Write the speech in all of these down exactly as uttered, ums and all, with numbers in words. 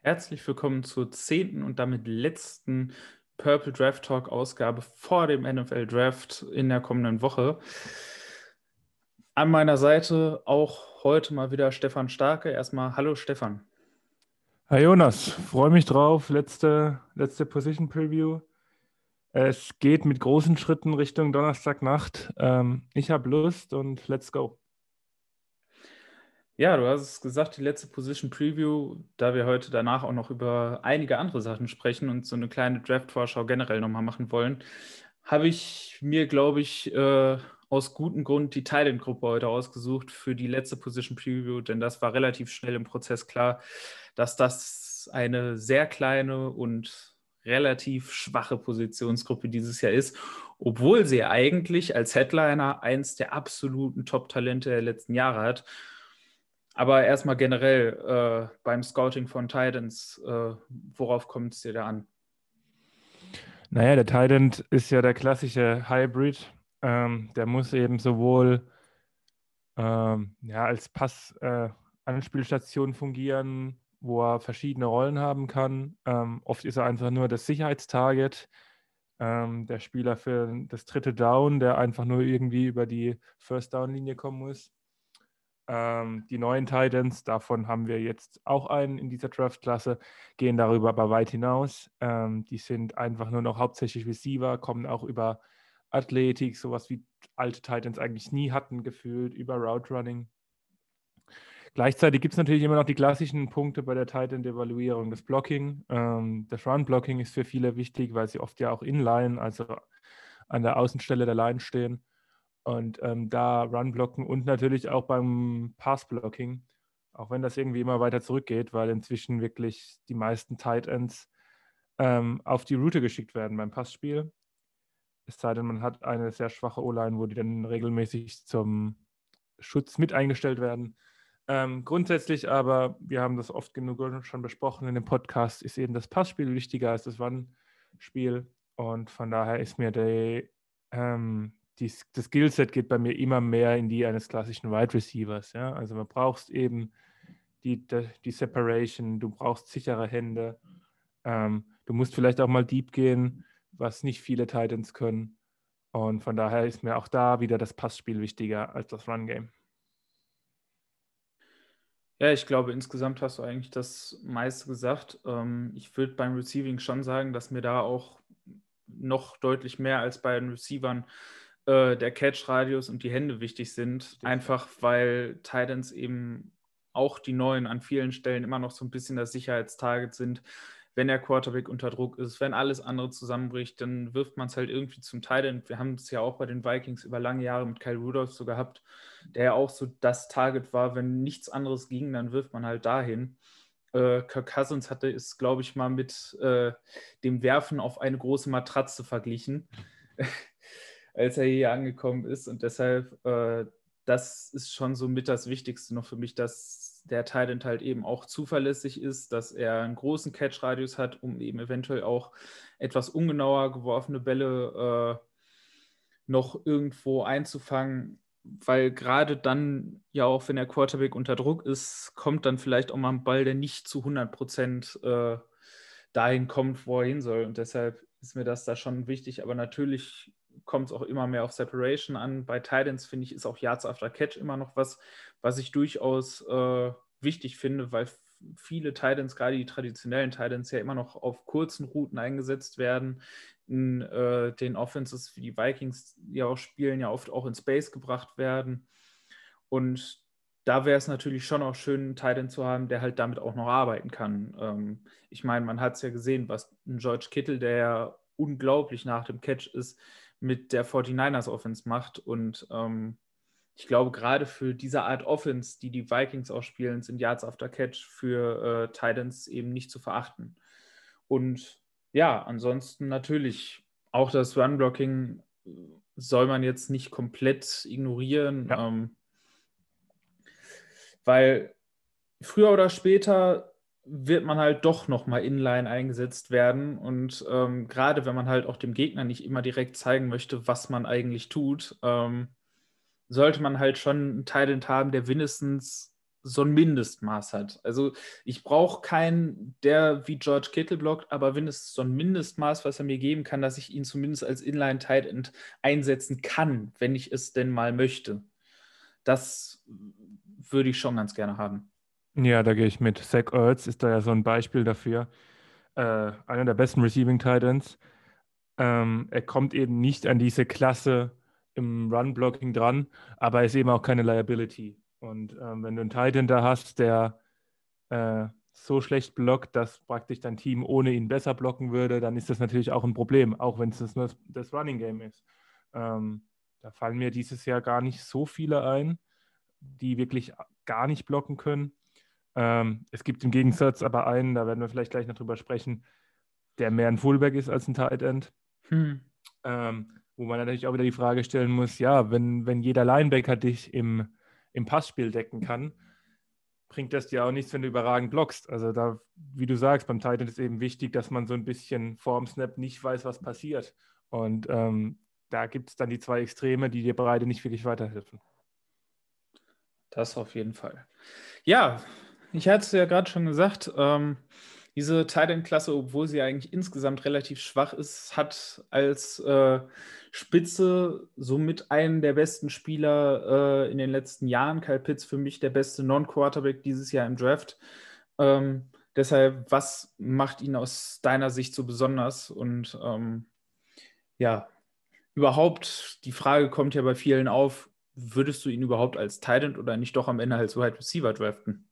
Herzlich willkommen zur zehnten und damit letzten Purple Draft Talk Ausgabe vor dem N F L Draft in der kommenden Woche. An meiner Seite auch heute mal wieder Stefan Starke. Erstmal hallo Stefan. Hi Jonas, freue mich drauf. Letzte, letzte Position Preview. Es geht mit großen Schritten Richtung Donnerstagnacht. Ähm, ich habe Lust und let's go. Ja, du hast es gesagt, die letzte Position Preview, da wir heute danach auch noch über einige andere Sachen sprechen und so eine kleine Draft-Vorschau generell nochmal machen wollen, habe ich mir, glaube ich, äh, aus gutem Grund die Tight End-Gruppe heute ausgesucht für die letzte Position Preview, denn das war relativ schnell im Prozess klar, dass das eine sehr kleine und relativ schwache Positionsgruppe dieses Jahr ist, obwohl sie eigentlich als Headliner eins der absoluten Top-Talente der letzten Jahre hat. Aber erstmal generell äh, beim Scouting von Titans, äh, worauf kommt es dir da an? Naja, der Tight End ist ja der klassische Hybrid. Ähm, der muss eben sowohl ähm, ja, als Pass-Anspielstation fungieren, wo er verschiedene Rollen haben kann. Ähm, oft ist er einfach nur das Sicherheitstarget, ähm, der Spieler für das dritte Down, der einfach nur irgendwie über die First-Down-Linie kommen muss. Ähm, die neuen Titans, davon haben wir jetzt auch einen in dieser Draft-Klasse, gehen darüber aber weit hinaus. Ähm, die sind einfach nur noch hauptsächlich Receiver, kommen auch über Athletik, sowas wie alte Titans eigentlich nie hatten, gefühlt, über Route Running. Gleichzeitig gibt es natürlich immer noch die klassischen Punkte bei der Tight End-Evaluierung, das Blocking. Ähm, das Run-Blocking ist für viele wichtig, weil sie oft ja auch inline, also an der Außenstelle der Line stehen. Und ähm, da Run-Blocken und natürlich auch beim Pass-Blocking, auch wenn das irgendwie immer weiter zurückgeht, weil inzwischen wirklich die meisten Tight Ends ähm, auf die Route geschickt werden beim Passspiel. Es sei denn, man hat eine sehr schwache O-Line, wo die dann regelmäßig zum Schutz mit eingestellt werden. Ähm, grundsätzlich aber, wir haben das oft genug schon besprochen in dem Podcast, ist eben das Passspiel wichtiger als das Run-Spiel. Und von daher ist mir die, ähm, die, das Skillset geht bei mir immer mehr in die eines klassischen Wide Receivers. Ja? Also man braucht eben die, die, die Separation, du brauchst sichere Hände. Ähm, du musst vielleicht auch mal deep gehen, was nicht viele Titans können. Und von daher ist mir auch da wieder das Passspiel wichtiger als das Run-Game. Ja, ich glaube, insgesamt hast du eigentlich das meiste gesagt. Ähm, ich würde beim Receiving schon sagen, dass mir da auch noch deutlich mehr als bei den Receivern äh, der Catch-Radius und die Hände wichtig sind. Einfach weil Titans eben auch die Neuen an vielen Stellen immer noch so ein bisschen das Sicherheitstarget sind. Wenn der Quarterback unter Druck ist, wenn alles andere zusammenbricht, dann wirft man es halt irgendwie zum Tight End. Wir haben es ja auch bei den Vikings über lange Jahre mit Kyle Rudolph so gehabt, der ja auch so das Target war, wenn nichts anderes ging, dann wirft man halt dahin. Äh, Kirk Cousins hatte es, glaube ich, mal mit äh, dem Werfen auf eine große Matratze verglichen, als er hier angekommen ist. Und deshalb, äh, das ist schon so mit das Wichtigste noch für mich, dass der Tight End halt eben auch zuverlässig ist, dass er einen großen Catch-Radius hat, um eben eventuell auch etwas ungenauer geworfene Bälle äh, noch irgendwo einzufangen, weil gerade dann ja auch, wenn der Quarterback unter Druck ist, kommt dann vielleicht auch mal ein Ball, der nicht zu hundert Prozent äh, dahin kommt, wo er hin soll. Und deshalb ist mir das da schon wichtig. Aber natürlich kommt es auch immer mehr auf Separation an. Bei Titans finde ich, ist auch Yards after Catch immer noch was, was ich durchaus äh, wichtig finde, weil viele Titans, gerade die traditionellen Titans, ja immer noch auf kurzen Routen eingesetzt werden. In äh, den Offenses, wie die Vikings ja auch spielen, ja oft auch in Space gebracht werden. Und da wäre es natürlich schon auch schön, einen Titan zu haben, der halt damit auch noch arbeiten kann. Ähm, ich meine, man hat es ja gesehen, was ein George Kittle, der ja unglaublich nach dem Catch ist, mit der forty-niners Offense macht. Und ähm, ich glaube, gerade für diese Art Offense, die die Vikings auch spielen, sind Yards after Catch für äh, Titans eben nicht zu verachten. Und ja, ansonsten natürlich auch das Run-Blocking soll man jetzt nicht komplett ignorieren, Ja. ähm, weil früher oder später wird man halt doch nochmal inline eingesetzt werden. Und ähm, gerade wenn man halt auch dem Gegner nicht immer direkt zeigen möchte, was man eigentlich tut, ähm, sollte man halt schon einen Talent haben, der mindestens so ein Mindestmaß hat. Also ich brauche keinen, der wie George Kittle blockt, aber wenn es so ein Mindestmaß, was er mir geben kann, dass ich ihn zumindest als Inline-Tight End einsetzen kann, wenn ich es denn mal möchte. Das würde ich schon ganz gerne haben. Ja, da gehe ich mit. Zach Ertz ist da ja so ein Beispiel dafür. Äh, einer der besten Receiving Tight Ends. Ähm, er kommt eben nicht an diese Klasse im Run-Blocking dran, aber er ist eben auch keine Liability. Und ähm, wenn du einen Tight End da hast, der äh, so schlecht blockt, dass praktisch dein Team ohne ihn besser blocken würde, dann ist das natürlich auch ein Problem, auch wenn es das nur das Running Game ist. Ähm, da fallen mir dieses Jahr gar nicht so viele ein, die wirklich gar nicht blocken können. Ähm, es gibt im Gegensatz aber einen, da werden wir vielleicht gleich noch drüber sprechen, der mehr ein Fullback ist als ein Tight End. Hm. Ähm, wo man natürlich auch wieder die Frage stellen muss, ja, wenn, wenn jeder Linebacker dich im, im Passspiel decken kann, bringt das dir auch nichts, wenn du überragend blockst. Also da, wie du sagst, beim Tight End ist eben wichtig, dass man so ein bisschen vorm Snap nicht weiß, was passiert. Und ähm, da gibt es dann die zwei Extreme, die dir beide nicht wirklich weiterhelfen. Das auf jeden Fall. Ja, ich hatte es ja gerade schon gesagt, ähm, diese Tight End-Klasse, obwohl sie eigentlich insgesamt relativ schwach ist, hat als äh, Spitze somit einen der besten Spieler äh, in den letzten Jahren. Kyle Pitts für mich der beste Non-Quarterback dieses Jahr im Draft. Ähm, deshalb, was macht ihn aus deiner Sicht so besonders? Und ähm, ja, überhaupt, die Frage kommt ja bei vielen auf, würdest du ihn überhaupt als Tight End oder nicht doch am Ende als Wide Receiver draften?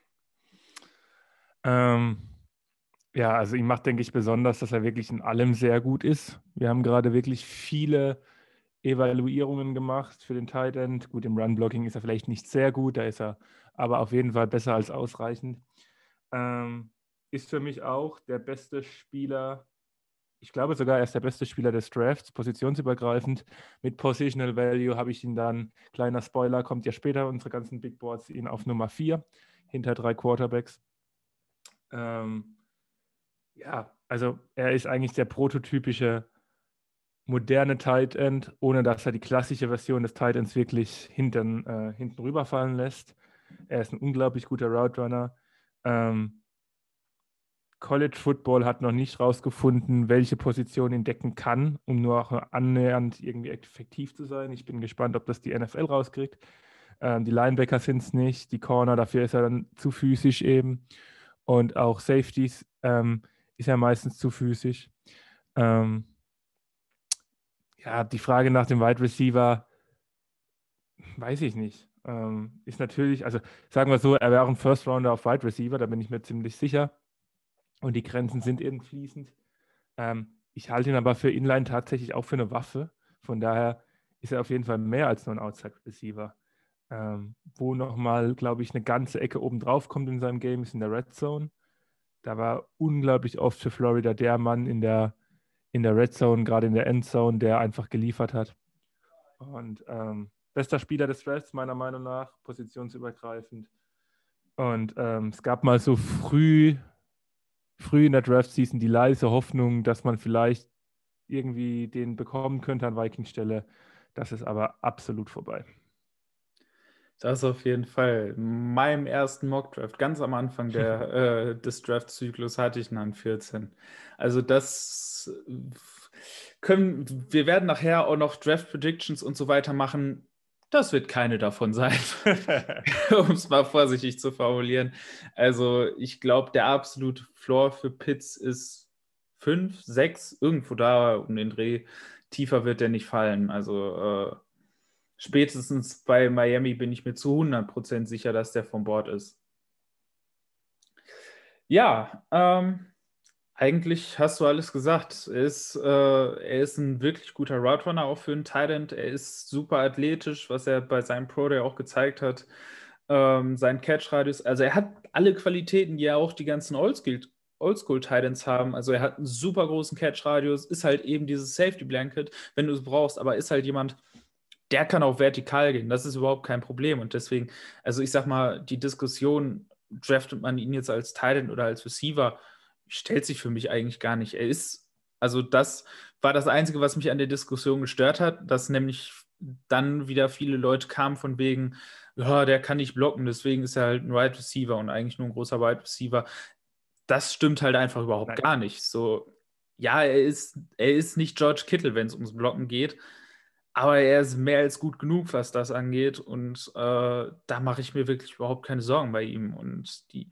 Ähm, ja, also ihm macht, denke ich, besonders, dass er wirklich in allem sehr gut ist. Wir haben gerade wirklich viele Evaluierungen gemacht für den Tight End. Gut, im Run-Blocking ist er vielleicht nicht sehr gut, da ist er aber auf jeden Fall besser als ausreichend. Ähm, ist für mich auch der beste Spieler, ich glaube sogar, er ist der beste Spieler des Drafts, positionsübergreifend. Mit Positional Value habe ich ihn dann, kleiner Spoiler, kommt ja später, unsere ganzen Big Boards, ihn auf Nummer vier, hinter drei Quarterbacks. Ähm, ja, also er ist eigentlich der prototypische moderne Tight End, ohne dass er die klassische Version des Tight Ends wirklich hinten, äh, hinten rüberfallen lässt. Er ist ein unglaublich guter Route Runner. Ähm, College Football hat noch nicht rausgefunden, welche Position ihn decken kann, um nur auch annähernd irgendwie effektiv zu sein. Ich bin gespannt, ob das die N F L rauskriegt. Ähm, die Linebacker sind es nicht, die Corner, dafür ist er dann zu physisch eben. Und auch Safeties ähm, ist er meistens zu physisch. Ähm, ja, die Frage nach dem Wide Receiver, weiß ich nicht. Ähm, ist natürlich, also sagen wir so, er wäre auch ein First Rounder auf Wide Receiver, da bin ich mir ziemlich sicher. Und die Grenzen sind eben fließend. Ähm, ich halte ihn aber für Inline tatsächlich auch für eine Waffe. Von daher ist er auf jeden Fall mehr als nur ein Outside Receiver. Ähm, wo nochmal, glaube ich, eine ganze Ecke oben drauf kommt in seinem Game, ist in der Red Zone. Da war unglaublich oft für Florida der Mann in der, in der Red Zone, gerade in der Endzone, der einfach geliefert hat. Und ähm, bester Spieler des Drafts, meiner Meinung nach, positionsübergreifend. Und ähm, es gab mal so früh, früh in der Draft-Season die leise Hoffnung, dass man vielleicht irgendwie den bekommen könnte an Vikings-Stelle. Das ist aber absolut vorbei. Das auf jeden Fall. In meinem ersten Mock-Draft, ganz am Anfang der, äh, des Draft-Zyklus, hatte ich ihn an vierzehn. Also das können, wir werden nachher auch noch Draft-Predictions und so weiter machen. Das wird keine davon sein, um es mal vorsichtig zu formulieren. Also ich glaube, der absolute Floor für Pitts ist fünf, sechs, irgendwo da um den Dreh. Tiefer wird der nicht fallen. Also äh, spätestens bei Miami bin ich mir zu hundert Prozent sicher, dass der von Bord ist. Ja, ähm, eigentlich hast du alles gesagt. Er ist, äh, er ist ein wirklich guter Route Runner auch für einen Tight End. Er ist super athletisch, was er bei seinem Pro Day auch gezeigt hat. Ähm, sein Catch-Radius, also er hat alle Qualitäten, die ja auch die ganzen Oldschool Oldschool Titans haben. Also er hat einen super großen Catch-Radius, ist halt eben dieses Safety Blanket, wenn du es brauchst, aber ist halt jemand, der kann auch vertikal gehen. Das ist überhaupt kein Problem. Und deswegen, also ich sag mal, die Diskussion, draftet man ihn jetzt als Tight End oder als Receiver, stellt sich für mich eigentlich gar nicht. Er ist, also das war das Einzige, was mich an der Diskussion gestört hat, dass nämlich dann wieder viele Leute kamen von wegen, ja, der kann nicht blocken, deswegen ist er halt ein Wide Receiver und eigentlich nur ein großer Wide Receiver. Das stimmt halt einfach überhaupt Nein. gar nicht. So, ja, er ist, er ist nicht George Kittle, wenn es ums Blocken geht, aber er ist mehr als gut genug, was das angeht. Und äh, da mache ich mir wirklich überhaupt keine Sorgen bei ihm. Und die,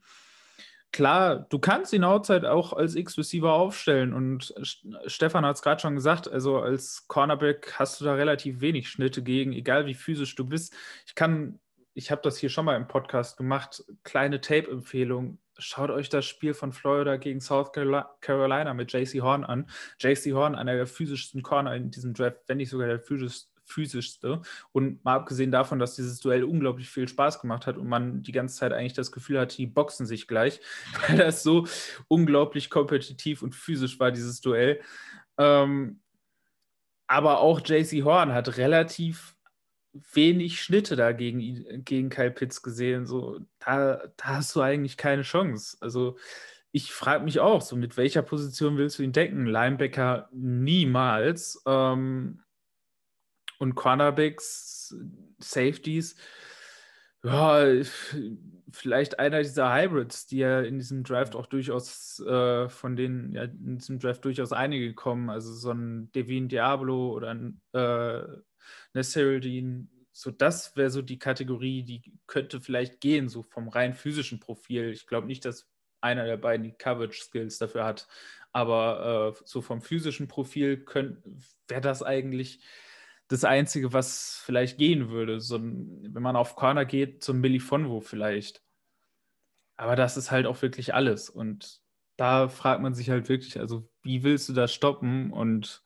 klar, du kannst ihn outside auch als X-Receiver aufstellen. Und Stefan hat es gerade schon gesagt, also als Cornerback hast du da relativ wenig Schnitte gegen, egal wie physisch du bist. Ich kann, ich habe das hier schon mal im Podcast gemacht, kleine Tape-Empfehlung. Schaut euch das Spiel von Florida gegen South Carolina mit J C Horn an. J C Horn, einer der physischsten Corner in diesem Draft, wenn nicht sogar der physischste. Und mal abgesehen davon, dass dieses Duell unglaublich viel Spaß gemacht hat und man die ganze Zeit eigentlich das Gefühl hatte, die boxen sich gleich, weil das so unglaublich kompetitiv und physisch war, dieses Duell. Ähm, aber auch J C Horn hat relativ wenig Schnitte da gegen, gegen Kyle Pitts gesehen. So, da, da hast du eigentlich keine Chance. Also ich frage mich auch, so mit welcher Position willst du ihn decken? Linebacker niemals. Ähm, und Cornerbacks, Safeties, ja, vielleicht einer dieser Hybrids, die ja in diesem Draft auch durchaus, äh, von denen ja in diesem Draft durchaus einige kommen, also so ein Devin Diablo oder ein äh, Nasseruddin, so das wäre so die Kategorie, die könnte vielleicht gehen, so vom rein physischen Profil. Ich glaube nicht, dass einer der beiden die Coverage-Skills dafür hat, aber äh, so vom physischen Profil wäre das eigentlich das Einzige, was vielleicht gehen würde. So ein, wenn man auf Corner geht, so ein Melifonwo vielleicht. Aber das ist halt auch wirklich alles. Und da fragt man sich halt wirklich, also wie willst du das stoppen? Und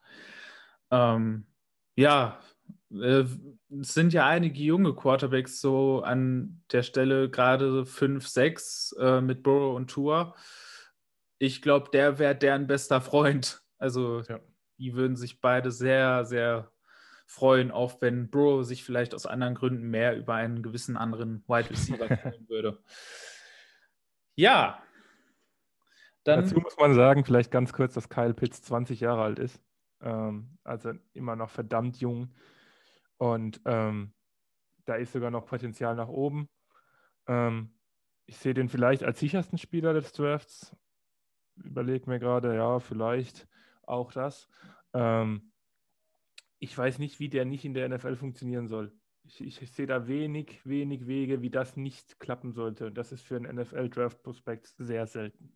ähm, ja, äh, es sind ja einige junge Quarterbacks so an der Stelle, gerade fünf, sechs äh, mit Burrow und Tua. Ich glaube, der wäre deren bester Freund. Also Ja. die würden sich beide sehr, sehr freuen, auch wenn Burrow sich vielleicht aus anderen Gründen mehr über einen gewissen anderen Wide Receiver freuen würde. Ja, Dazu dann muss man sagen, vielleicht ganz kurz, dass Kyle Pitts zwanzig Jahre alt ist. Ähm, also immer noch verdammt jung. Und ähm, da ist sogar noch Potenzial nach oben. Ähm, ich sehe den vielleicht als sichersten Spieler des Drafts. Überlege mir gerade, ja, vielleicht auch das. Ähm, ich weiß nicht, wie der nicht in der N F L funktionieren soll. Ich, ich sehe da wenig, wenig Wege, wie das nicht klappen sollte. Und das ist für einen N F L-Draft-Prospekt sehr selten.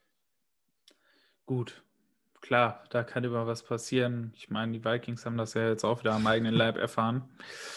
gut. Klar, da kann immer was passieren. Ich meine, die Vikings haben das ja jetzt auch wieder am eigenen Leib erfahren.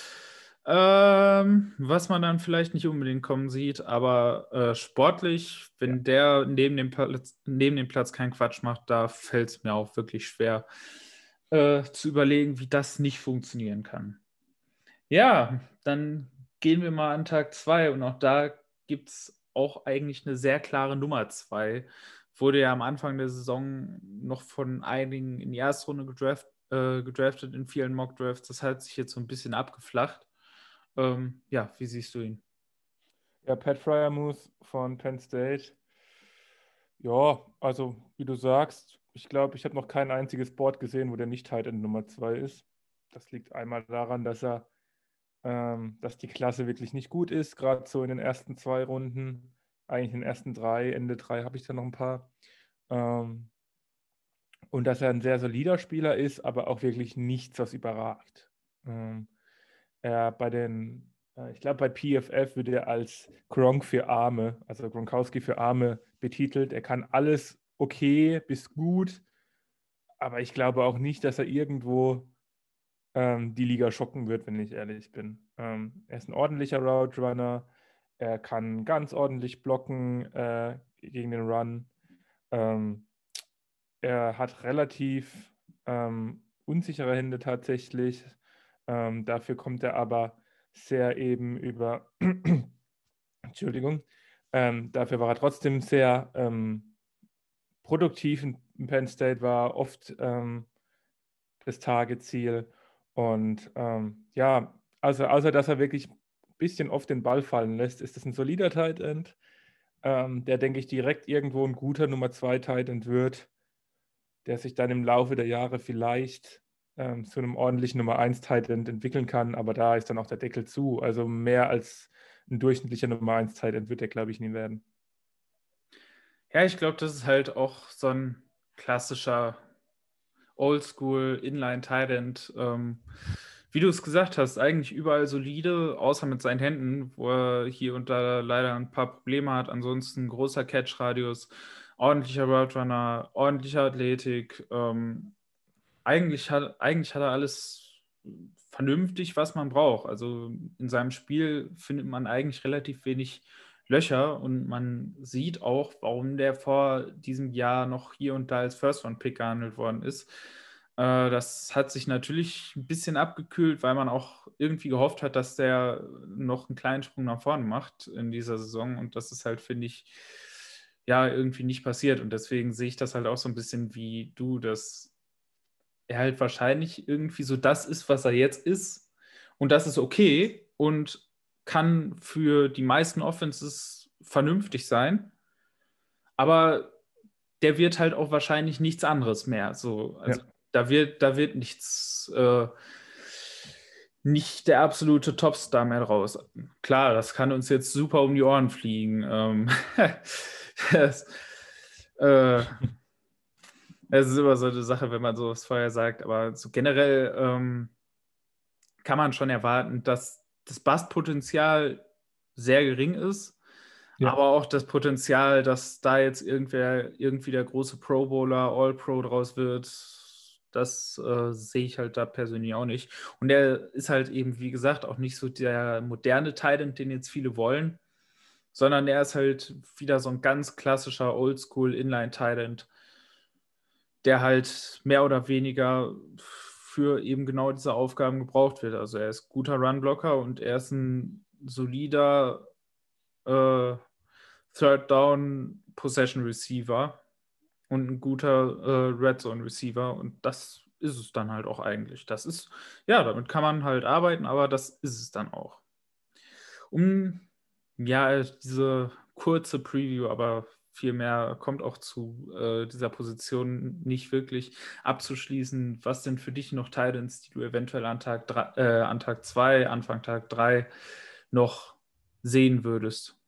Ähm, was man dann vielleicht nicht unbedingt kommen sieht, aber äh, sportlich, wenn Ja. der neben dem Platz, neben dem Platz keinen Quatsch macht, da fällt es mir auch wirklich schwer äh, zu überlegen, wie das nicht funktionieren kann. Ja, dann gehen wir mal an Tag zwei und auch da gibt es auch eigentlich eine sehr klare Nummer zwei. Wurde ja am Anfang der Saison noch von einigen in die erste Runde gedraft, äh, gedraftet in vielen Mock-Drafts. Das hat sich jetzt so ein bisschen abgeflacht. Ähm, ja, wie siehst du ihn? Ja, Pat Fryermuth von Penn State. Ja, also wie du sagst, ich glaube, ich habe noch kein einziges Board gesehen, wo der nicht Tight End Nummer zwei ist. Das liegt einmal daran, dass er, ähm, dass die Klasse wirklich nicht gut ist, gerade so in den ersten zwei Runden, eigentlich in den ersten drei, Ende drei habe ich da noch ein paar. Ähm, und dass er ein sehr solider Spieler ist, aber auch wirklich nichts, was überragt. Ähm, er bei den, äh, ich glaube, bei P F F wird er als Gronk für Arme, also Gronkowski für Arme betitelt. Er kann alles okay bis gut, aber ich glaube auch nicht, dass er irgendwo ähm, die Liga schocken wird, wenn ich ehrlich bin. Ähm, er ist ein ordentlicher Route Runner, er kann ganz ordentlich blocken äh, gegen den Run. Ähm, er hat relativ ähm, unsichere Hände tatsächlich. Ähm, dafür kommt er aber sehr eben über, Entschuldigung, ähm, dafür war er trotzdem sehr ähm, produktiv in Penn State, war oft ähm, das Targetziel. Und ähm, ja, also außer dass er wirklich ein bisschen oft den Ball fallen lässt, ist das ein solider Tight End, ähm, der, denke ich, direkt irgendwo ein guter Nummer zwei Tight End wird, der sich dann im Laufe der Jahre vielleicht ähm, zu einem ordentlichen Nummer eins Tight End entwickeln kann, aber da ist dann auch der Deckel zu. Also mehr als ein durchschnittlicher Nummer eins Tight End wird er, glaube ich, nie werden. Ja, ich glaube, das ist halt auch so ein klassischer Oldschool Inline Tight End. Ähm, wie du es gesagt hast, eigentlich überall solide, außer mit seinen Händen, wo er hier und da leider ein paar Probleme hat. Ansonsten großer Catch-Radius, ordentlicher Route Runner, ordentliche Athletik. Ähm, eigentlich hat, eigentlich hat er alles vernünftig, was man braucht. Also in seinem Spiel findet man eigentlich relativ wenig Löcher und man sieht auch, warum der vor diesem Jahr noch hier und da als First-Round-Pick gehandelt worden ist. Äh, das hat sich natürlich ein bisschen abgekühlt, weil man auch irgendwie gehofft hat, dass der noch einen kleinen Sprung nach vorne macht in dieser Saison und das ist halt, finde ich, ja, irgendwie nicht passiert und deswegen sehe ich das halt auch so ein bisschen wie du, dass er halt wahrscheinlich irgendwie so das ist, was er jetzt ist. Und das ist okay und kann für die meisten Offenses vernünftig sein. Aber der wird halt auch wahrscheinlich nichts anderes mehr. So, also Ja. da wird, da wird nichts, äh, nicht der absolute Topstar mehr draus. Klar, das kann uns jetzt super um die Ohren fliegen. Ähm, das, äh, Es ist immer so eine Sache, wenn man sowas vorher sagt, aber so generell ähm, kann man schon erwarten, dass das Bustpotenzial sehr gering ist, Ja. aber auch das Potenzial, dass da jetzt irgendwer irgendwie der große Pro Bowler, All-Pro draus wird, das äh, sehe ich halt da persönlich auch nicht. Und er ist halt eben, wie gesagt, auch nicht so der moderne Tight End, den jetzt viele wollen, sondern er ist halt wieder so ein ganz klassischer Oldschool Inline Tight End, der halt mehr oder weniger für eben genau diese Aufgaben gebraucht wird. Also er ist guter Runblocker und er ist ein solider äh, Third Down Possession Receiver und ein guter äh, Red Zone Receiver und das ist es dann halt auch eigentlich. Das ist, ja, damit kann man halt arbeiten, aber das ist es dann auch. Um ja, diese kurze Preview, aber viel mehr kommt auch zu äh, dieser Position nicht wirklich abzuschließen. Was sind für dich noch Titans, die du eventuell an Tag drei, äh, an Tag zwei, Anfang Tag drei noch sehen würdest?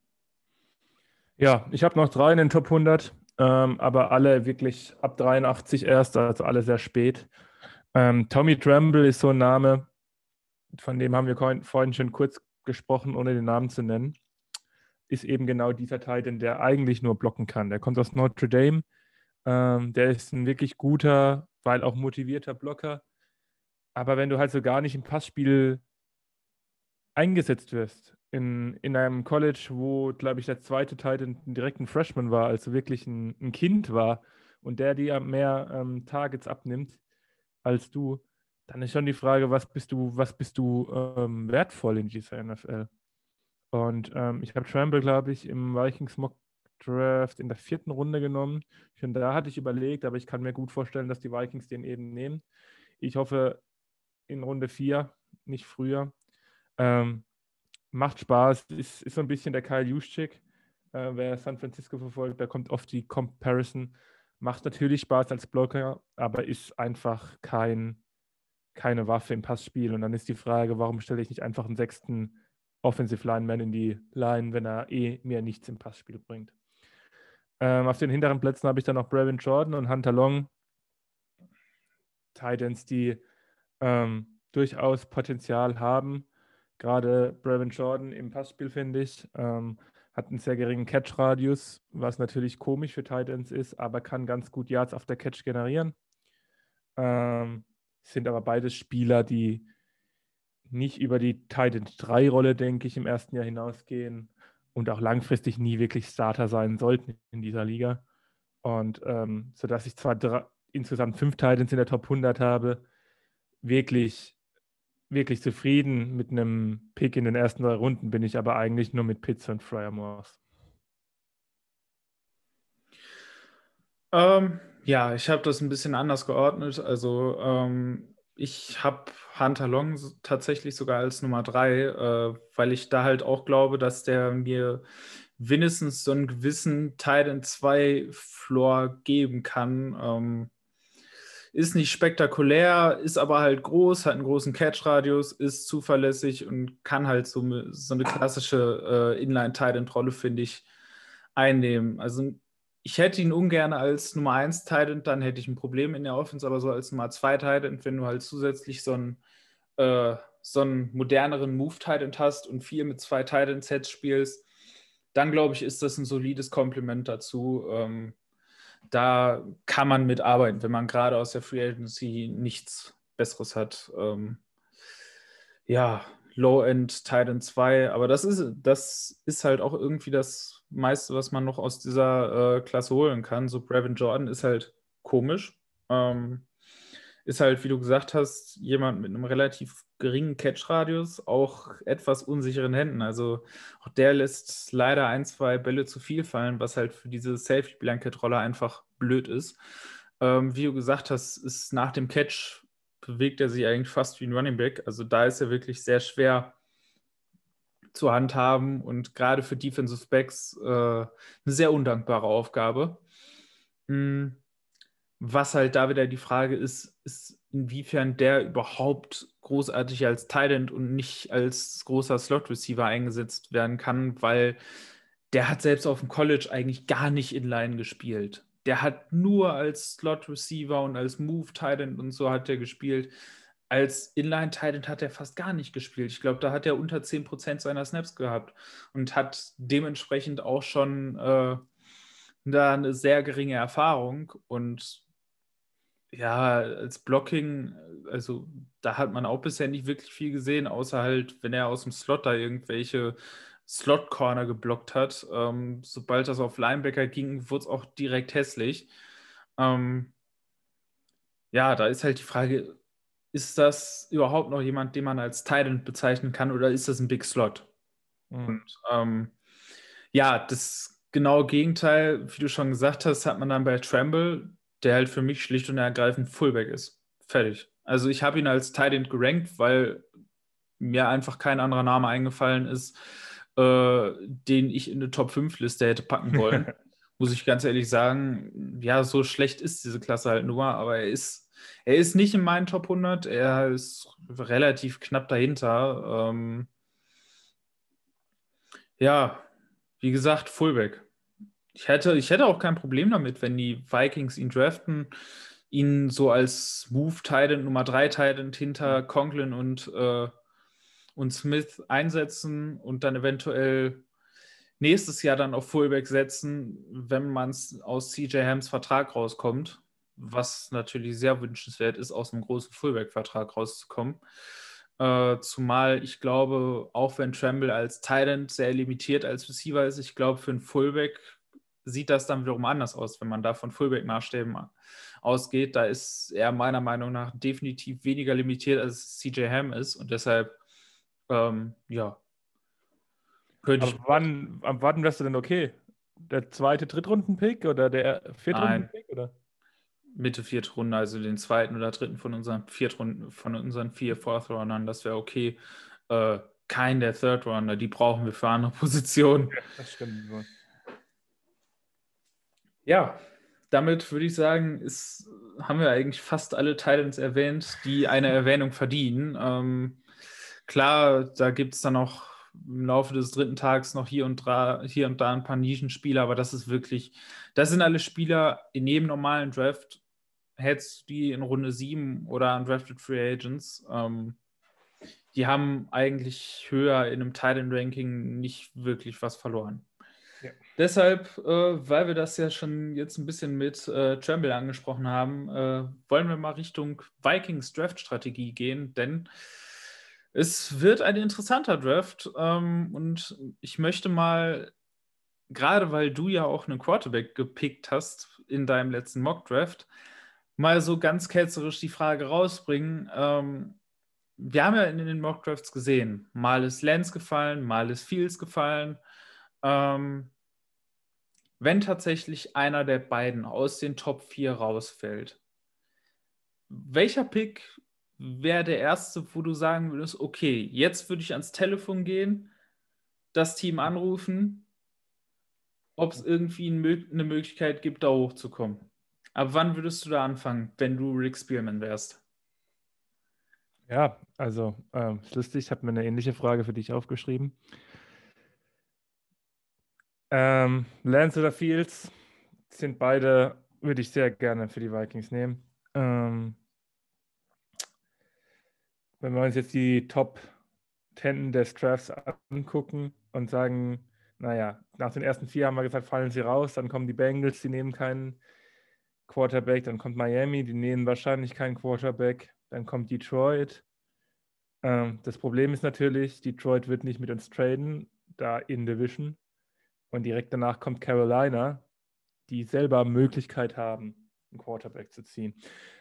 Ja, ich habe noch drei in den Top hundert, ähm, aber alle wirklich ab dreiundachtzig erst, also alle sehr spät. Ähm, Tommy Tremble ist so ein Name, von dem haben wir vorhin schon kurz gesprochen, ohne den Namen zu nennen. Ist eben genau dieser Titan, der eigentlich nur blocken kann. Der kommt aus Notre Dame. Ähm, der ist ein wirklich guter, weil auch motivierter Blocker. Aber wenn du halt so gar nicht im Passspiel eingesetzt wirst, in, in einem College, wo, glaube ich, der zweite Titan direkt ein Freshman war, also wirklich ein, ein Kind war und der dir mehr ähm, Targets abnimmt als du, dann ist schon die Frage, was bist du, was bist du ähm, wertvoll in dieser N F L? Und ähm, ich habe Tramble, glaube ich, im Vikings Mock Draft in der vierten Runde genommen. Schon da hatte ich überlegt, aber ich kann mir gut vorstellen, dass die Vikings den eben nehmen. Ich hoffe in Runde vier, nicht früher. Ähm, macht Spaß, ist, ist so ein bisschen der Kyle Juszczyk. Äh, wer San Francisco verfolgt, da kommt oft die Comparison. Macht natürlich Spaß als Blocker, aber ist einfach kein, keine Waffe im Passspiel. Und dann ist die Frage, warum stelle ich nicht einfach einen sechsten Offensive Lineman in die Line, wenn er eh mir nichts im Passspiel bringt. Ähm, auf den hinteren Plätzen habe ich dann noch Brevin Jordan und Hunter Long. Titans, die ähm, durchaus Potenzial haben. Gerade Brevin Jordan im Passspiel, finde ich, ähm, hat einen sehr geringen Catch-Radius, was natürlich komisch für Titans ist, aber kann ganz gut Yards auf der Catch generieren. Ähm, sind aber beides Spieler, die nicht über die Titan drei Rolle, denke ich, im ersten Jahr hinausgehen und auch langfristig nie wirklich Starter sein sollten in dieser Liga. Und ähm, sodass ich zwar drei, insgesamt fünf Titans in der Top hundert habe, wirklich, wirklich zufrieden mit einem Pick in den ersten drei Runden bin ich aber eigentlich nur mit Pitts und Fryer Morse. Ähm, ja, ich habe das ein bisschen anders geordnet. Also ähm, ich habe Hunter Long s- tatsächlich sogar als Nummer drei, äh, weil ich da halt auch glaube, dass der mir wenigstens so einen gewissen Teil in zwei Floor geben kann. Ähm, ist nicht spektakulär, ist aber halt groß, hat einen großen Catch-Radius, ist zuverlässig und kann halt so, so eine klassische äh, Inline-Tight-End-Rolle, finde ich, einnehmen. Also ich hätte ihn ungern als Nummer eins Tight End, dann hätte ich ein Problem in der Offense, aber so als Nummer zwei Tight End, wenn du halt zusätzlich so einen, äh, so einen moderneren Move Tight End hast und viel mit zwei Tight End Sets spielst, dann glaube ich, ist das ein solides Komplement dazu. Ähm, da kann man mitarbeiten, wenn man gerade aus der Free Agency nichts Besseres hat. Ähm, ja, Low-End Titan zwei, aber das ist, das ist halt auch irgendwie das meiste, was man noch aus dieser äh, Klasse holen kann. So Brevin Jordan ist halt komisch. Ähm, ist halt, wie du gesagt hast, jemand mit einem relativ geringen Catch-Radius, auch etwas unsicheren Händen. Also auch der lässt leider ein, zwei Bälle zu viel fallen, was halt für diese Safety-Blanket-Rolle einfach blöd ist. Ähm, wie du gesagt hast, ist nach dem Catch bewegt er sich eigentlich fast wie ein Running Back. Also da ist er wirklich sehr schwer zu handhaben und gerade für Defensive Backs äh, eine sehr undankbare Aufgabe. Mhm. Was halt da wieder die Frage ist, ist, inwiefern der überhaupt großartig als Tight End und nicht als großer Slot-Receiver eingesetzt werden kann, weil der hat selbst auf dem College eigentlich gar nicht Inline gespielt. Der hat nur als Slot-Receiver und als Move-Tight End und so hat er gespielt. Als Inline-Tight End hat er fast gar nicht gespielt. Ich glaube, da hat er unter zehn Prozent seiner Snaps gehabt und hat dementsprechend auch schon äh, da eine sehr geringe Erfahrung und ja, als Blocking, also da hat man auch bisher nicht wirklich viel gesehen, außer halt, wenn er aus dem Slot da irgendwelche Slot-Corner geblockt hat. Ähm, sobald das auf Linebacker ging, wurde es auch direkt hässlich. Ähm, ja, da ist halt die Frage, ist das überhaupt noch jemand, den man als Tight End bezeichnen kann, oder ist das ein Big Slot? Mhm. Und ähm, ja, das genaue Gegenteil, wie du schon gesagt hast, hat man dann bei Tremble, der halt für mich schlicht und ergreifend Fullback ist. Fertig. Also ich habe ihn als Tight End gerankt, weil mir einfach kein anderer Name eingefallen ist, äh, den ich in eine Top fünf Liste hätte packen wollen. Muss ich ganz ehrlich sagen, ja, so schlecht ist diese Klasse halt nur, aber er ist, er ist nicht in meinen Top hundert, er ist relativ knapp dahinter. Ähm, ja, wie gesagt, Fullback. Ich hätte, ich hätte auch kein Problem damit, wenn die Vikings ihn draften, ihn so als Move-Titan, Nummer drei Titan hinter Conklin und, äh, und Smith einsetzen und dann eventuell nächstes Jahr dann auf Fullback setzen, wenn man es aus C J Hams Vertrag rauskommt, was natürlich sehr wünschenswert ist, aus einem großen Fullback-Vertrag rauszukommen. Äh, zumal ich glaube, auch wenn Tremble als Tight sehr limitiert als Receiver ist, ich glaube, für einen Fullback sieht das dann wiederum anders aus, wenn man da von Fullback-Maßstäben ausgeht. Da ist er meiner Meinung nach definitiv weniger limitiert, als C J Ham ist. Und deshalb, ähm, ja, könnte Ab ich. wann, ab wann wärst du denn okay? Der zweite Drittrunden-Pick oder der Nein, Viertrunden-Pick? Oder? Mitte vierte Runde, also den zweiten oder dritten von unseren Viertrunden, von unseren vier Fourth Runnern, das wäre okay. Äh, kein der Third Runner, die brauchen wir für andere Positionen. Ja, das stimmt wohl. Ja, damit würde ich sagen, ist, haben wir eigentlich fast alle Titans erwähnt, die eine Erwähnung verdienen. Ähm, klar, da gibt es dann auch im Laufe des dritten Tages noch hier und, da, hier und da ein paar Nischenspieler, aber das ist wirklich, das sind alle Spieler in jedem normalen Draft, hättest du die in Runde sieben oder Undrafted Free Agents. Ähm, die haben eigentlich höher in einem Titan-Ranking nicht wirklich was verloren. Ja. Deshalb, äh, weil wir das ja schon jetzt ein bisschen mit äh, Tremble angesprochen haben, äh, wollen wir mal Richtung Vikings Draft-Strategie gehen, denn es wird ein interessanter Draft ähm, und ich möchte mal, gerade weil du ja auch einen Quarterback gepickt hast in deinem letzten Mock-Draft, mal so ganz ketzerisch die Frage rausbringen. Ähm, wir haben ja in den Mock-Drafts gesehen, mal ist Lance gefallen, mal ist Fields gefallen. Ähm, Wenn tatsächlich einer der beiden aus den Top vier rausfällt, welcher Pick wäre der erste, wo du sagen würdest, okay, jetzt würde ich ans Telefon gehen, das Team anrufen, ob es irgendwie eine Möglichkeit gibt, da hochzukommen? Aber wann würdest du da anfangen, wenn du Rick Spielman wärst? Ja, also ähm, ist lustig, ich habe mir eine ähnliche Frage für dich aufgeschrieben. Ähm, Lance oder Fields sind beide, würde ich sehr gerne für die Vikings nehmen. Ähm, wenn wir uns jetzt die Top zehn des Drafts angucken und sagen, naja, nach den ersten vier haben wir gesagt, fallen sie raus, dann kommen die Bengals, die nehmen keinen Quarterback, dann kommt Miami, die nehmen wahrscheinlich keinen Quarterback, dann kommt Detroit. Ähm, das Problem ist natürlich, Detroit wird nicht mit uns traden, da in Division. Und direkt danach kommt Carolina, die selber Möglichkeit haben, einen Quarterback zu ziehen.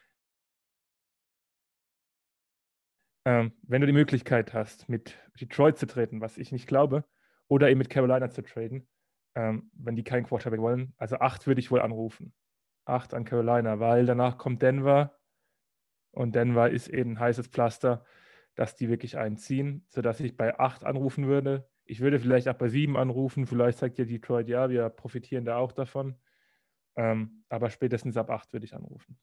Ähm, wenn du die Möglichkeit hast, mit Detroit zu treten, was ich nicht glaube, oder eben mit Carolina zu traden, ähm, wenn die keinen Quarterback wollen, also acht würde ich wohl anrufen. Acht an Carolina, weil danach kommt Denver und Denver ist eben ein heißes Pflaster, dass die wirklich einziehen, sodass ich bei acht anrufen würde. Ich würde vielleicht auch bei sieben anrufen, vielleicht sagt ja Detroit, ja, wir profitieren da auch davon. Ähm, aber spätestens ab acht würde ich anrufen.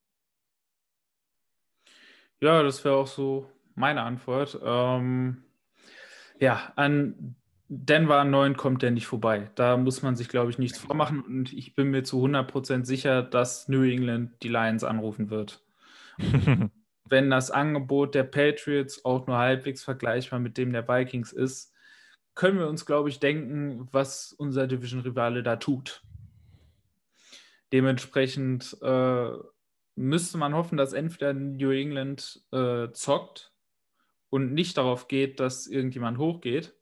Ja, das wäre auch so meine Antwort. Ähm, ja, an Denver an neun kommt der nicht vorbei. Da muss man sich, glaube ich, nichts vormachen. Und ich bin mir zu hundert Prozent sicher, dass New England die Lions anrufen wird. Wenn das Angebot der Patriots auch nur halbwegs vergleichbar mit dem der Vikings ist, können wir uns, glaube ich, denken, was unser Division-Rivale da tut. Dementsprechend äh, müsste man hoffen, dass entweder New England äh, zockt und nicht darauf geht, dass irgendjemand hochgeht,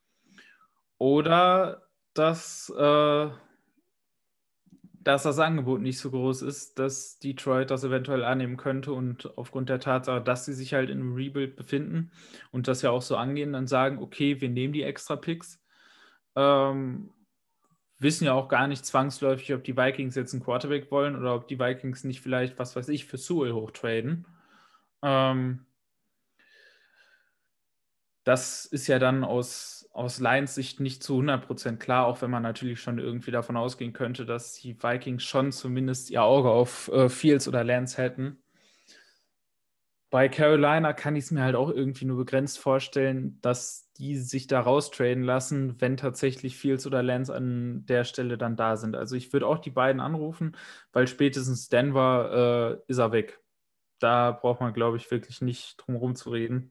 oder dass, äh, dass das Angebot nicht so groß ist, dass Detroit das eventuell annehmen könnte und aufgrund der Tatsache, dass sie sich halt in einem Rebuild befinden und das ja auch so angehen, dann sagen, okay, wir nehmen die extra Picks. Ähm, wissen ja auch gar nicht zwangsläufig, ob die Vikings jetzt einen Quarterback wollen oder ob die Vikings nicht vielleicht, was weiß ich, für Sewell hochtraden. Ähm, das ist ja dann aus, aus Lions Sicht nicht zu hundert Prozent klar, auch wenn man natürlich schon irgendwie davon ausgehen könnte, dass die Vikings schon zumindest ihr Auge auf äh, Fields oder Lance hätten. Bei Carolina kann ich es mir halt auch irgendwie nur begrenzt vorstellen, dass die sich da raustraden lassen, wenn tatsächlich Fields oder Lance an der Stelle dann da sind. Also ich würde auch die beiden anrufen, weil spätestens Denver äh, ist er weg. Da braucht man, glaube ich, wirklich nicht drum herum zu reden.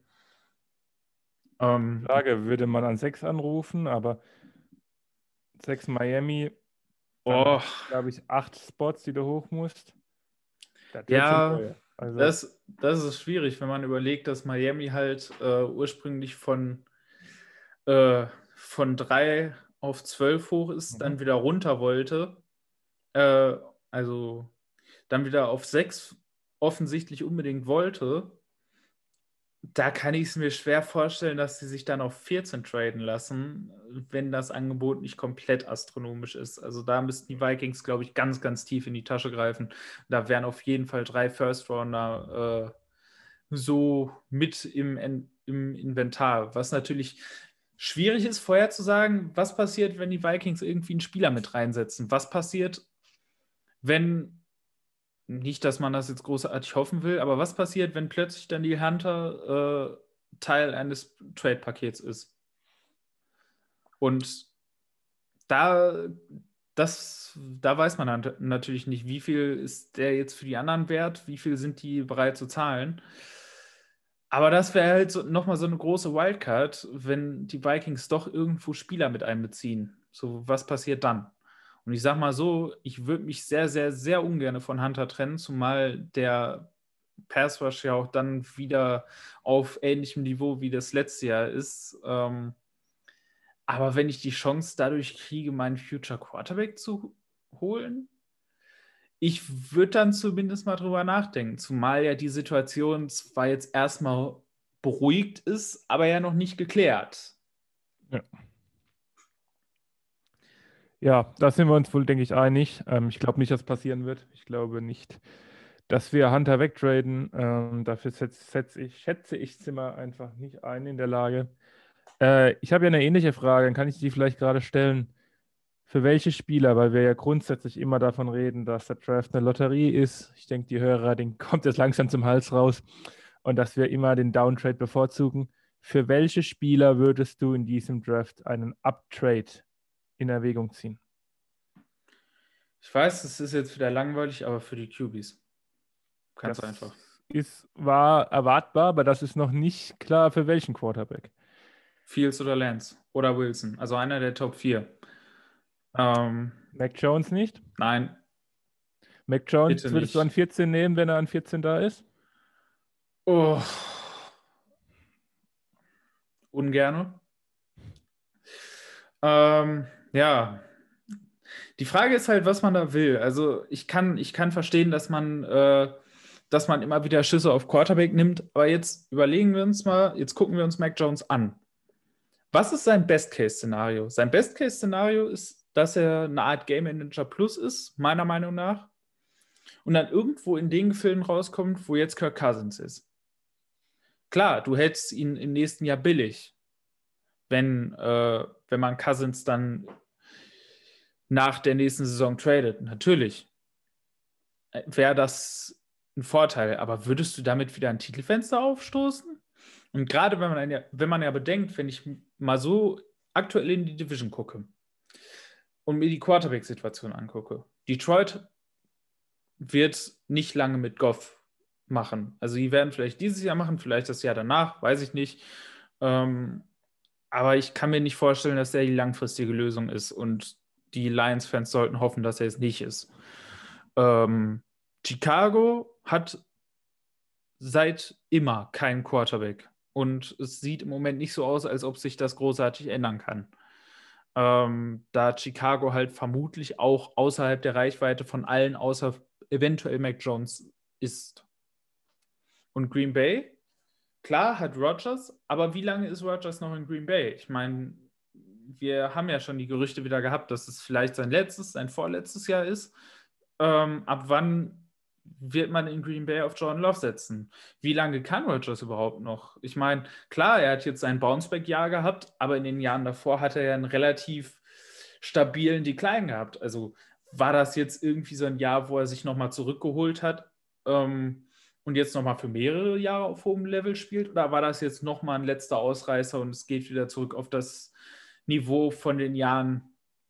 Ähm, Frage, würde man an sechs anrufen, aber sechs Miami, dann oh, hast du, glaube ich, acht Spots, die du hoch musst. Das wird schon ja, teuer. Also, das, das ist schwierig, wenn man überlegt, dass Miami halt äh, ursprünglich von, äh, von drei auf zwölf hoch ist, mhm. dann wieder runter wollte. Äh, also dann wieder auf sechs offensichtlich unbedingt wollte. Da kann ich es mir schwer vorstellen, dass sie sich dann auf vierzehn traden lassen, wenn das Angebot nicht komplett astronomisch ist. Also da müssten die Vikings, glaube ich, ganz, ganz tief in die Tasche greifen. Da wären auf jeden Fall drei First-Rounder äh, so mit im, im Inventar. Was natürlich schwierig ist, vorher zu sagen, was passiert, wenn die Vikings irgendwie einen Spieler mit reinsetzen. Was passiert, wenn nicht, dass man das jetzt großartig hoffen will, aber was passiert, wenn plötzlich dann die Hunter äh, Teil eines Trade-Pakets ist? Und da, das, da weiß man dann natürlich nicht, wie viel ist der jetzt für die anderen wert, wie viel sind die bereit zu zahlen. Aber das wäre halt so, nochmal so eine große Wildcard, wenn die Vikings doch irgendwo Spieler mit einbeziehen. So, was passiert dann? Und ich sag mal so, ich würde mich sehr, sehr, sehr ungern von Hunter trennen, zumal der Pass Rush ja auch dann wieder auf ähnlichem Niveau wie das letzte Jahr ist. Ähm, aber wenn ich die Chance dadurch kriege, meinen Future Quarterback zu holen, ich würde dann zumindest mal drüber nachdenken, zumal ja die Situation zwar jetzt erstmal beruhigt ist, aber ja noch nicht geklärt. ja. Ja, da sind wir uns wohl, denke ich, einig. Ähm, ich glaube nicht, dass passieren wird. Ich glaube nicht, dass wir Hunter wegtraden. Ähm, dafür setz, setz ich, schätze ich Zimmer einfach nicht ein in der Lage. Äh, ich habe ja eine ähnliche Frage, dann kann ich die vielleicht gerade stellen. für welche Spieler, weil wir ja grundsätzlich immer davon reden, dass der Draft eine Lotterie ist. Ich denke, die Hörer, denen kommt jetzt langsam zum Hals raus und dass wir immer den Downtrade bevorzugen. Für welche Spieler würdest du in diesem Draft einen Uptrade in Erwägung ziehen? Ich weiß, es ist jetzt wieder langweilig, aber für die Q Bs. Ganz das einfach. Ist, war erwartbar, aber das ist noch nicht klar, für welchen Quarterback. Fields oder Lance oder Wilson, also einer der Top vier. Ähm, Mac Jones nicht? nein. Mac Jones Bitte würdest du nicht. an vierzehn nehmen, wenn er an vierzehn da ist? Oh. Ungerne. Ähm, ja. Die Frage ist halt, was man da will. Also ich kann, ich kann verstehen, dass man, äh, dass man immer wieder Schüsse auf Quarterback nimmt, aber jetzt überlegen wir uns mal, jetzt gucken wir uns Mac Jones an. Was ist sein Best-Case-Szenario? Sein Best-Case-Szenario ist, dass er eine Art Game Manager Plus ist, meiner Meinung nach, und dann irgendwo in den Gefilden rauskommt, wo jetzt Kirk Cousins ist. Klar, du hältst ihn im nächsten Jahr billig, wenn, äh, wenn man Cousins dann nach der nächsten Saison tradet. Natürlich wäre das ein Vorteil, aber würdest du damit wieder ein Titelfenster aufstoßen? Und gerade wenn man, ja, wenn man ja bedenkt, wenn ich mal so aktuell in die Division gucke und mir die Quarterback-Situation angucke, Detroit wird nicht lange mit Goff machen. Also die werden vielleicht dieses Jahr machen, vielleicht das Jahr danach, weiß ich nicht. Ähm, aber ich kann mir nicht vorstellen, dass der die langfristige Lösung ist und die Lions-Fans sollten hoffen, dass er es nicht ist. Ähm, Chicago hat seit immer keinen Quarterback und es sieht im Moment nicht so aus, als ob sich das großartig ändern kann. Ähm, da Chicago halt vermutlich auch außerhalb der Reichweite von allen, außer eventuell Mac Jones ist. Und Green Bay, klar, hat Rodgers, aber wie lange ist Rodgers noch in Green Bay? Ich meine, wir haben ja schon die Gerüchte wieder gehabt, dass es vielleicht sein letztes, sein vorletztes Jahr ist. Ähm, ab wann wird man in Green Bay auf Jordan Love setzen? Wie lange kann Rodgers überhaupt noch? Ich meine, klar, er hat jetzt sein Bounceback-Jahr gehabt, aber in den Jahren davor hat er ja einen relativ stabilen Decline gehabt. Also war das jetzt irgendwie so ein Jahr, wo er sich nochmal zurückgeholt hat ähm, und jetzt nochmal für mehrere Jahre auf hohem Level spielt? Oder war das jetzt nochmal ein letzter Ausreißer und es geht wieder zurück auf das Niveau von den Jahren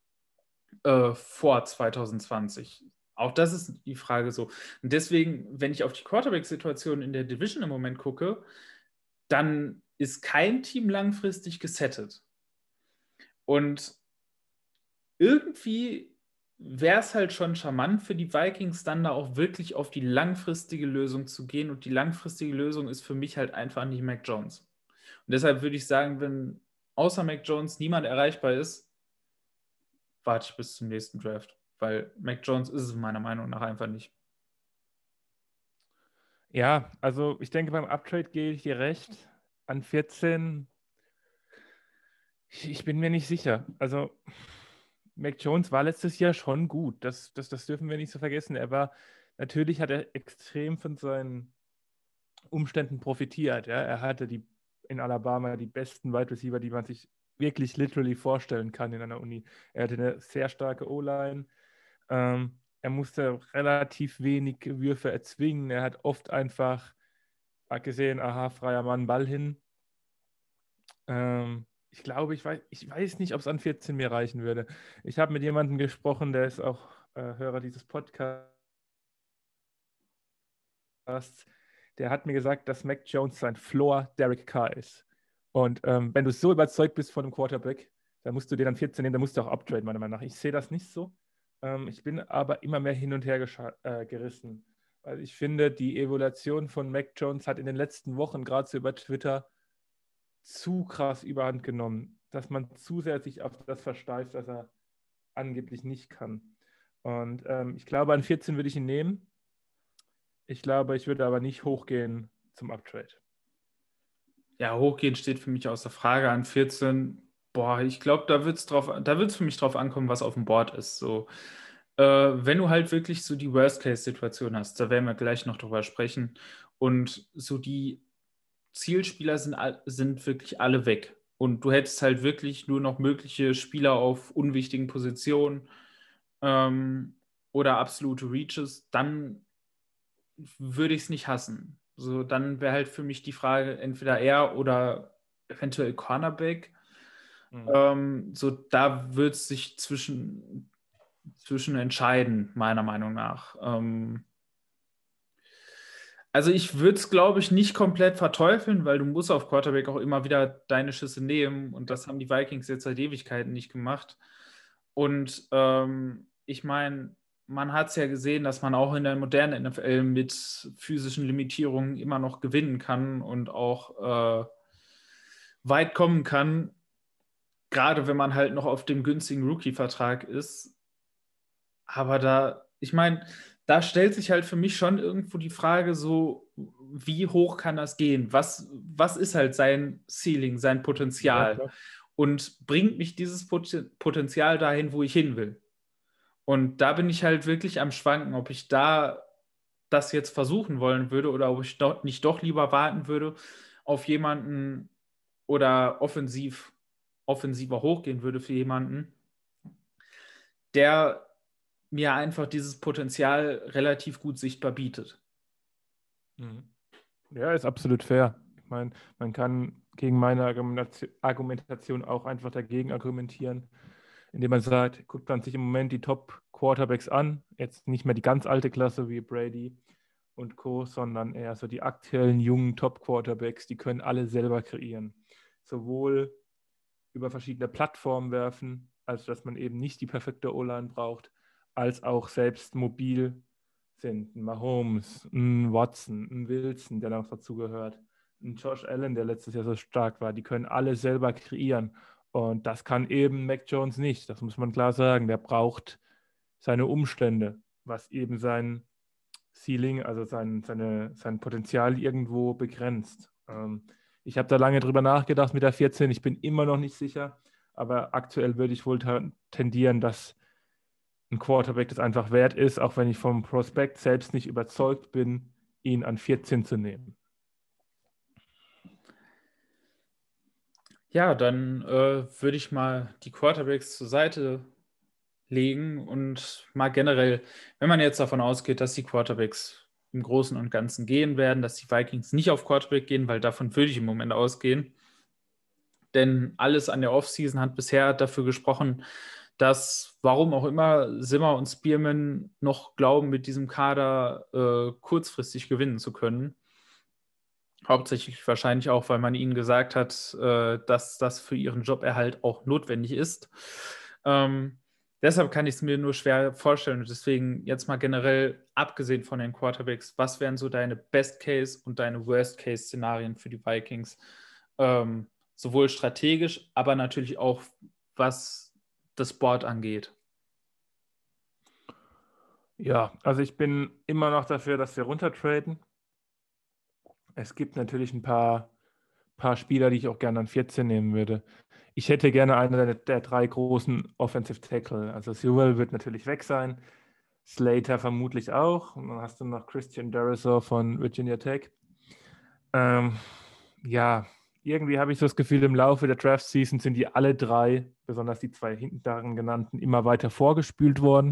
äh, vor zwanzig zwanzig? Auch das ist die Frage so. Und deswegen, wenn ich auf die Quarterback-Situation in der Division im Moment gucke, dann ist kein Team langfristig gesettet. Und irgendwie wäre es halt schon charmant für die Vikings, dann da auch wirklich auf die langfristige Lösung zu gehen. Und die langfristige Lösung ist für mich halt einfach nicht Mac Jones. Und deshalb würde ich sagen, wenn außer Mac Jones niemand erreichbar ist, warte ich bis zum nächsten Draft. Weil Mac Jones ist es meiner Meinung nach einfach nicht. Ja, also ich denke, beim Uptrade gehe ich dir recht. An vierzehn, ich, ich bin mir nicht sicher. Also Mac Jones war letztes Jahr schon gut. Das, das, das dürfen wir nicht so vergessen. Er war, natürlich hat er extrem von seinen Umständen profitiert. Ja? Er hatte die, in Alabama die besten Wide Receiver, die man sich wirklich literally vorstellen kann in einer Uni. Er hatte eine sehr starke O-Line. Ähm, er musste relativ wenig Würfe erzwingen. Er hat oft einfach gesehen, aha, freier Mann, Ball hin. Ähm, ich glaube, ich weiß, ich weiß nicht, ob es an vierzehn mir reichen würde. Ich habe mit jemandem gesprochen, der ist auch äh, Hörer dieses Podcasts. Der hat mir gesagt, dass Mac Jones sein Floor Derek Carr ist. Und ähm, wenn du so überzeugt bist von einem Quarterback, dann musst du den an vierzehn nehmen, dann musst du auch uptraden, meiner Meinung nach. Ich sehe das nicht so. Ähm, ich bin aber immer mehr hin und her äh, gerissen. Weil ich finde, die Evaluation von Mac Jones hat in den letzten Wochen, gerade so über Twitter, zu krass überhand genommen, dass man zusätzlich auf das versteift, was er angeblich nicht kann. Und ähm, ich glaube, an vierzehn würde ich ihn nehmen. Ich glaube, ich würde aber nicht hochgehen zum Uptrade. Ja, hochgehen steht für mich außer Frage. An vierzehn, boah, ich glaube, da wird es da wird's für mich drauf ankommen, was auf dem Board ist. So, äh, wenn du halt wirklich so die Worst-Case-Situation hast, da werden wir gleich noch drüber sprechen, und so die Zielspieler sind, sind wirklich alle weg. und du hättest halt wirklich nur noch mögliche Spieler auf unwichtigen Positionen ähm, oder absolute Reaches, dann würde ich es nicht hassen. So, dann wäre halt für mich die Frage, entweder er oder eventuell Cornerback. Mhm. Ähm, so, da wird es sich zwischen, zwischen entscheiden, meiner Meinung nach. Ähm, also ich würde es, glaube ich, nicht komplett verteufeln, weil du musst auf Quarterback auch immer wieder deine Schüsse nehmen und das haben die Vikings jetzt seit Ewigkeiten nicht gemacht. Und ähm, ich meine, man hat es ja gesehen, dass man auch in der modernen N F L mit physischen Limitierungen immer noch gewinnen kann und auch äh, weit kommen kann, gerade wenn man halt noch auf dem günstigen Rookie-Vertrag ist. Aber da, ich meine, da stellt sich halt für mich schon irgendwo die Frage so, wie hoch kann das gehen? Was, was ist halt sein Ceiling, sein Ja, Potenzial? klar. Und bringt mich dieses Pot- Potenzial dahin, wo ich hin will? Und da bin ich halt wirklich am Schwanken, ob ich da das jetzt versuchen wollen würde oder ob ich doch nicht doch lieber warten würde auf jemanden oder offensiv, offensiver hochgehen würde für jemanden, der mir einfach dieses Potenzial relativ gut sichtbar bietet. Mhm. Ja, ist absolut fair. Ich meine, man kann gegen meine Argumentation Argumentation auch einfach dagegen argumentieren, indem man sagt, guckt man sich im Moment die Top-Quarterbacks an, jetzt nicht mehr die ganz alte Klasse wie Brady und Co., sondern eher so die aktuellen jungen Top-Quarterbacks, die können alle selber kreieren. Sowohl über verschiedene Plattformen werfen, also dass man eben nicht die perfekte O-Line braucht, als auch selbst mobil sind. Ein Mahomes, ein Watson, ein Wilson, der noch dazu gehört, ein Josh Allen, der letztes Jahr so stark war. Die können alle selber kreieren. Und das kann eben Mac Jones nicht. Das muss man klar sagen. Der braucht seine Umstände, was eben sein Ceiling, also sein, seine, sein Potenzial irgendwo begrenzt. Ähm, ich habe da lange drüber nachgedacht mit der vierzehn. Ich bin immer noch nicht sicher, aber aktuell würde ich wohl tendieren, dass ein Quarterback das einfach wert ist, auch wenn ich vom Prospekt selbst nicht überzeugt bin, ihn an vierzehn zu nehmen. Ja, dann äh, würde ich mal die Quarterbacks zur Seite legen und mal generell, wenn man jetzt davon ausgeht, dass die Quarterbacks im Großen und Ganzen gehen werden, dass die Vikings nicht auf Quarterback gehen, weil davon würde ich im Moment ausgehen. Denn alles an der Offseason hat bisher dafür gesprochen, dass, warum auch immer, Zimmer und Spearman noch glauben, mit diesem Kader äh, kurzfristig gewinnen zu können. Hauptsächlich wahrscheinlich auch, weil man ihnen gesagt hat, äh, dass das für ihren Joberhalt auch notwendig ist. Ähm, deshalb kann ich es mir nur schwer vorstellen. Und deswegen jetzt mal generell, abgesehen von den Quarterbacks, was wären so deine Best-Case- und deine Worst-Case-Szenarien für die Vikings? Ähm, sowohl strategisch, aber natürlich auch, was das Board angeht. Ja, also ich bin immer noch dafür, dass wir runtertraden. Es gibt natürlich ein paar, paar Spieler, die ich auch gerne an vierzehn nehmen würde. Ich hätte gerne einen der, der drei großen Offensive Tackle. Also Sewell wird natürlich weg sein, Slater vermutlich auch. Und dann hast du noch Christian Darrisaw von Virginia Tech. Ähm, ja, irgendwie habe ich so das Gefühl, im Laufe der Draft-Season sind die alle drei, besonders die zwei hinten darin genannten, immer weiter vorgespült worden.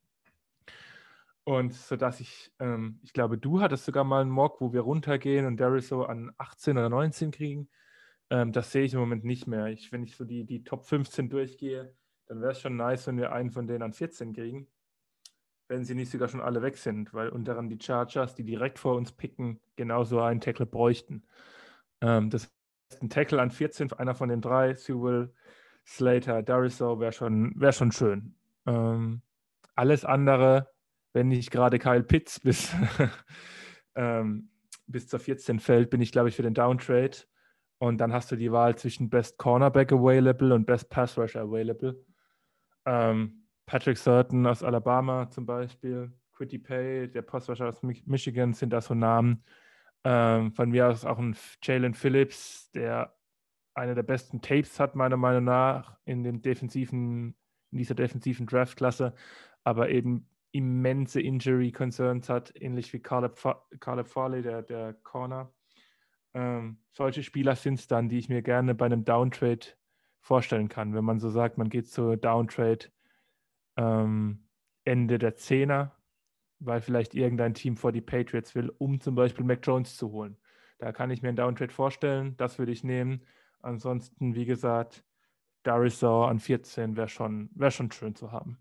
Und so dass ich, ähm, ich glaube, du hattest sogar mal einen Mock, wo wir runtergehen und Darrisaw an achtzehn oder neunzehn kriegen. Ähm, das sehe ich im Moment nicht mehr. Ich, wenn ich so die, die Top fünfzehn durchgehe, dann wäre es schon nice, wenn wir einen von denen an vierzehn kriegen, wenn sie nicht sogar schon alle weg sind, weil unter anderem die Chargers, die direkt vor uns picken, genauso einen Tackle bräuchten. Ähm, das heißt, ein Tackle an vierzehn, einer von den drei, Sewell, Slater, Darrisaw, wäre schon, wär schon schön. Ähm, alles andere, wenn nicht gerade Kyle Pitts bis, ähm, bis zur vierzehn fällt, bin ich, glaube ich, für den Downtrade. Und dann hast du die Wahl zwischen Best Cornerback Available und Best Pass Rusher Available. Ähm, Patrick Surtain aus Alabama zum Beispiel, Quitty Pay, der Pass Rusher aus Michigan, sind da so Namen. Ähm, von mir aus auch ein Jalen Phillips, der eine der besten Tapes hat, meiner Meinung nach, in dem defensiven, in dieser defensiven Draftklasse, aber eben immense Injury Concerns hat, ähnlich wie Caleb, Fa Caleb Farley, der, der Corner. ähm, solche Spieler sind es dann, die ich mir gerne bei einem Downtrade vorstellen kann. Wenn man so sagt, man geht zu Downtrade ähm, Ende der Zehner, weil vielleicht irgendein Team vor die Patriots will, um zum Beispiel Mac Jones zu holen. Da kann ich mir einen Downtrade vorstellen, das würde ich nehmen. Ansonsten, wie gesagt, Darius Saw an vierzehn wäre schon, wär schon schön zu haben.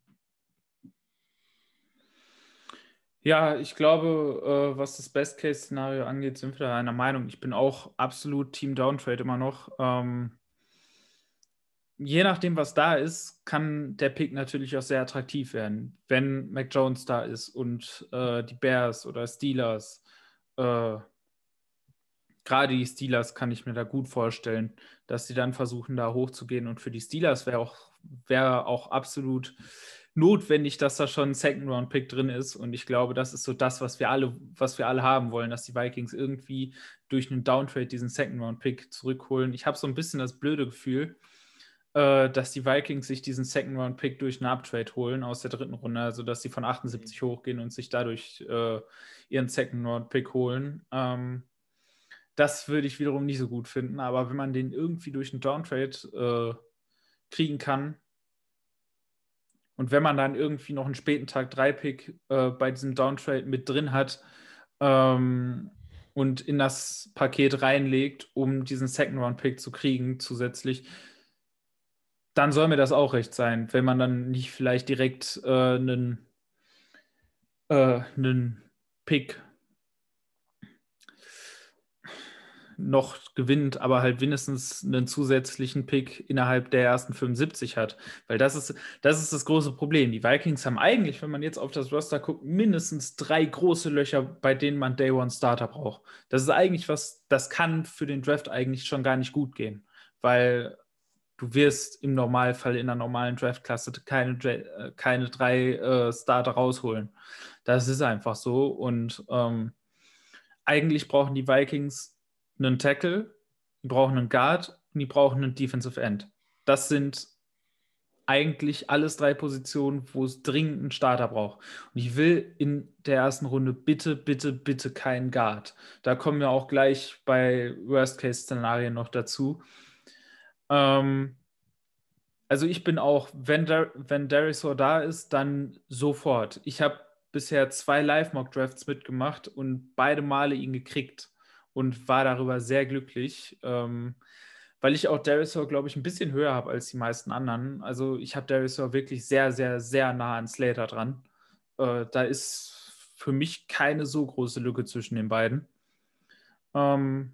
Ja, ich glaube, äh, was das Best-Case-Szenario angeht, sind wir da einer Meinung. Ich bin auch absolut Team Downtrade immer noch. Ähm, je nachdem, was da ist, kann der Pick natürlich auch sehr attraktiv werden. Wenn Mac Jones da ist und äh, die Bears oder Steelers, äh, gerade die Steelers kann ich mir da gut vorstellen, dass sie dann versuchen, da hochzugehen. Und für die Steelers wäre auch, wär auch absolut notwendig, dass da schon ein Second-Round-Pick drin ist. Und ich glaube, das ist so das, was wir alle, was wir alle haben wollen, dass die Vikings irgendwie durch einen Downtrade diesen Second-Round-Pick zurückholen. Ich habe so ein bisschen das blöde Gefühl, äh, dass die Vikings sich diesen Second-Round-Pick durch einen Uptrade holen aus der dritten Runde, also dass sie von achtundsiebzig hochgehen und sich dadurch äh, ihren Second-Round-Pick holen. Ähm, das würde ich wiederum nicht so gut finden, aber wenn man den irgendwie durch einen Downtrade äh, kriegen kann und wenn man dann irgendwie noch einen späten Tag drei Pick äh, bei diesem Downtrade mit drin hat ähm, und in das Paket reinlegt, um diesen Second-Round-Pick zu kriegen zusätzlich, dann soll mir das auch recht sein, wenn man dann nicht vielleicht direkt äh, einen, äh, einen Pick noch gewinnt, aber halt mindestens einen zusätzlichen Pick innerhalb der ersten fünfundsiebzig hat. Weil das ist, das ist das große Problem. Die Vikings haben eigentlich, wenn man jetzt auf das Roster guckt, mindestens drei große Löcher, bei denen man Day One Starter braucht. Das ist eigentlich was, das kann für den Draft eigentlich schon gar nicht gut gehen. Weil du wirst im Normalfall in einer normalen Draftklasse keine, äh, keine drei äh, Starter rausholen. Das ist einfach so. Und ähm, eigentlich brauchen die Vikings einen Tackle, die brauchen einen Guard und die brauchen einen Defensive End. Das sind eigentlich alles drei Positionen, wo es dringend einen Starter braucht. Und ich will in der ersten Runde bitte, bitte, bitte keinen Guard. Da kommen wir auch gleich bei Worst-Case-Szenarien noch dazu. Ähm, also ich bin auch, wenn, Dar wenn Darius da ist, dann sofort. Ich habe bisher zwei Live-Mock-Drafts mitgemacht und beide Male ihn gekriegt und war darüber sehr glücklich, ähm, weil ich auch Darius, glaube ich, ein bisschen höher habe als die meisten anderen. Also ich habe Darius wirklich sehr, sehr, sehr nah an Slater dran. Äh, da ist für mich keine so große Lücke zwischen den beiden. Ähm,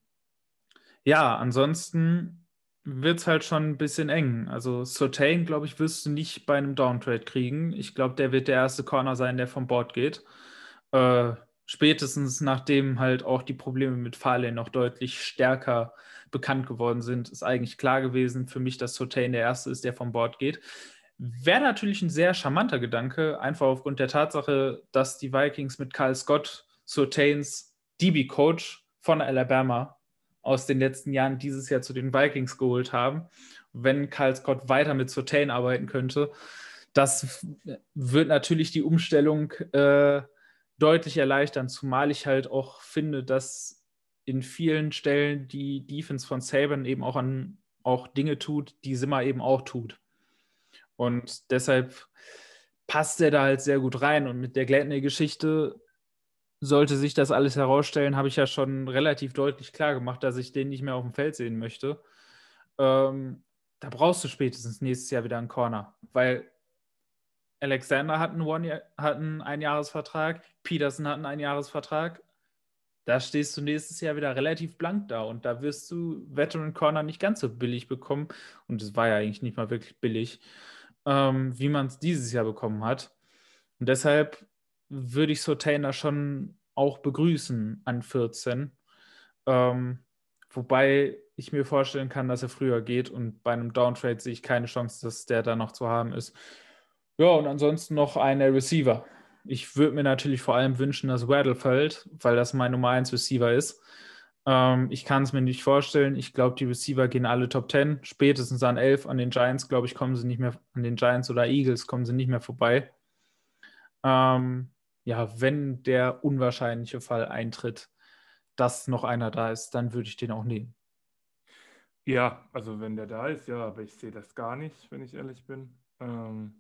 ja, ansonsten wird es halt schon ein bisschen eng. Also Surtain, glaube ich, wirst du nicht bei einem Downtrade kriegen. Ich glaube, der wird der erste Corner sein, der vom Board geht. Äh, spätestens nachdem halt auch die Probleme mit Farley noch deutlich stärker bekannt geworden sind, ist eigentlich klar gewesen für mich, dass Surtain der erste ist, der vom Board geht. Wäre natürlich ein sehr charmanter Gedanke, einfach aufgrund der Tatsache, dass die Vikings mit Kyle Scott, Surtains D B-Coach von Alabama, aus den letzten Jahren dieses Jahr zu den Vikings geholt haben. Wenn Kyle Scott weiter mit Surtain arbeiten könnte, das wird natürlich die Umstellung äh, deutlich erleichtern, zumal ich halt auch finde, dass in vielen Stellen die Defense von Saban eben auch an auch Dinge tut, die Zimmer eben auch tut. Und deshalb passt er da halt sehr gut rein. Und mit der Gladney-Geschichte sollte sich das alles herausstellen, habe ich ja schon relativ deutlich klar gemacht, dass ich den nicht mehr auf dem Feld sehen möchte. Ähm, da brauchst du spätestens nächstes Jahr wieder einen Corner, weil Alexander hat einen, One hat einen Einjahresvertrag, Peterson hat einen Einjahresvertrag. Da stehst du nächstes Jahr wieder relativ blank da und da wirst du Veteran Corner nicht ganz so billig bekommen. Und es war ja eigentlich nicht mal wirklich billig, ähm, wie man es dieses Jahr bekommen hat. Und deshalb würde ich Surtain da schon auch begrüßen an vierzehn. Ähm, wobei ich mir vorstellen kann, dass er früher geht und bei einem Downtrade sehe ich keine Chance, dass der da noch zu haben ist. Ja, und ansonsten noch eine Receiver. Ich würde mir natürlich vor allem wünschen, dass Waddle fällt, weil das mein Nummer eins Receiver ist. Ähm, ich kann es mir nicht vorstellen. Ich glaube, die Receiver gehen alle Top zehn, spätestens an elf. An den Giants, glaube ich, kommen sie nicht mehr, an den Giants oder Eagles kommen sie nicht mehr vorbei. Ähm, ja, wenn der unwahrscheinliche Fall eintritt, dass noch einer da ist, dann würde ich den auch nehmen. Ja, also wenn der da ist, ja, aber ich sehe das gar nicht, wenn ich ehrlich bin. Ähm,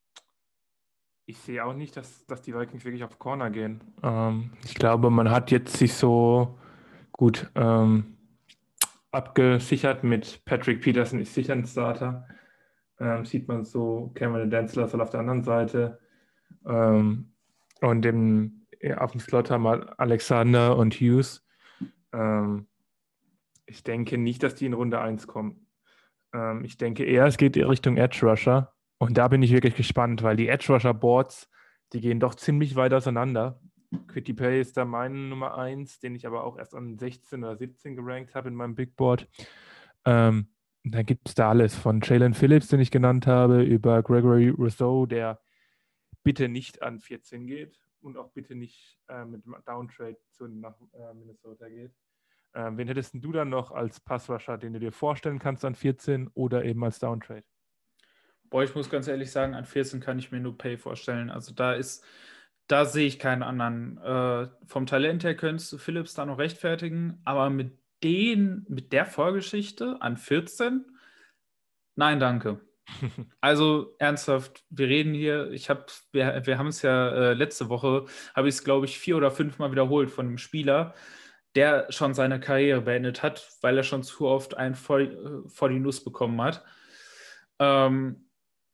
ich sehe auch nicht, dass, dass die Vikings wirklich auf Corner gehen. Ähm, ich glaube, man hat jetzt sich so gut ähm, abgesichert mit Patrick Peterson ist sicher ein Starter. Ähm, sieht man so, Cameron Denzler soll auf der anderen Seite. Ähm, und dem, ja, auf dem Slot haben wir Alexander und Hughes. Ähm, ich denke nicht, dass die in Runde eins kommen. Ähm, ich denke eher, es geht in Richtung Edge Rusher. Und da bin ich wirklich gespannt, weil die Edge Rusher Boards, die gehen doch ziemlich weit auseinander. Quitty Pay ist da mein Nummer eins, den ich aber auch erst an sechzehn oder siebzehn gerankt habe in meinem Big Board. Ähm, da gibt es da alles, von Jalen Phillips, den ich genannt habe, über Gregory Rousseau, der bitte nicht an vierzehn geht und auch bitte nicht äh, mit Downtrade zu, nach äh, Minnesota geht. Ähm, wen hättest du dann noch als Passrusher, den du dir vorstellen kannst an vierzehn oder eben als Downtrade? Boah, ich muss ganz ehrlich sagen, an vierzehn kann ich mir nur Pay vorstellen. Also da ist, da sehe ich keinen anderen. Äh, vom Talent her könntest du Phillips da noch rechtfertigen, aber mit den, mit der Vorgeschichte an vierzehn, nein, danke. Also ernsthaft, wir reden hier, ich habe, wir, wir haben es ja äh, letzte Woche, habe ich es, glaube ich, vier oder fünf Mal wiederholt von einem Spieler, der schon seine Karriere beendet hat, weil er schon zu oft einen vor, äh, vor die Nuss bekommen hat. Ähm,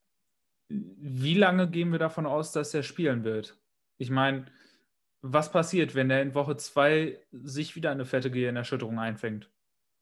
wie lange gehen wir davon aus, dass er spielen wird? Ich meine, was passiert, wenn er in Woche zwei sich wieder eine fette Gehirnerschütterung einfängt?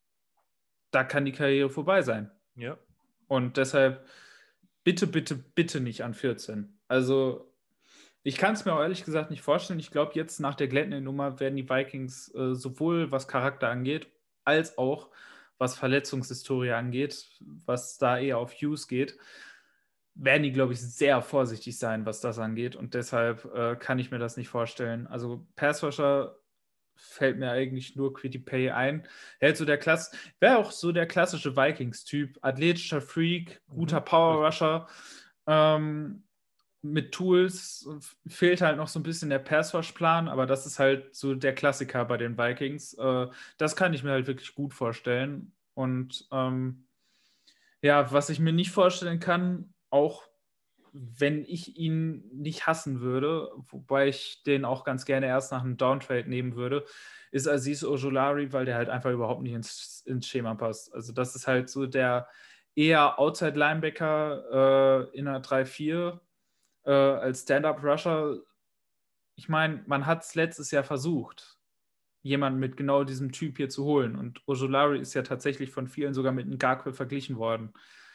Da kann die Karriere vorbei sein. Ja. Und deshalb bitte, bitte, bitte nicht an vierzehn. Also, ich kann es mir auch ehrlich gesagt nicht vorstellen. Ich glaube, jetzt nach der Gladney-Nummer werden die Vikings äh, sowohl was Charakter angeht, als auch was Verletzungshistorie angeht, was da eher auf Hughes geht, werden die, glaube ich, sehr vorsichtig sein, was das angeht. Und deshalb äh, kann ich mir das nicht vorstellen. Also Passrusher fällt mir eigentlich nur Quitty Pay ein. Er so der Klass wäre auch so der klassische Vikings-Typ. Athletischer Freak, guter Mhm. Power-Rusher. Ähm, mit Tools fehlt halt noch so ein bisschen der Pass-Rush-Plan, aber das ist halt so der Klassiker bei den Vikings. Äh, das kann ich mir halt wirklich gut vorstellen. Und ähm, ja, was ich mir nicht vorstellen kann, auch wenn ich ihn nicht hassen würde, wobei ich den auch ganz gerne erst nach einem Downtrade nehmen würde, ist Azeez Ojulari, weil der halt einfach überhaupt nicht ins, ins Schema passt. Also das ist halt so der eher Outside-Linebacker äh, in einer drei vier äh, als Stand-Up-Rusher. Ich meine, man hat es letztes Jahr versucht, jemanden mit genau diesem Typ hier zu holen. Und Ojulari ist ja tatsächlich von vielen sogar mit einem Garquin verglichen worden.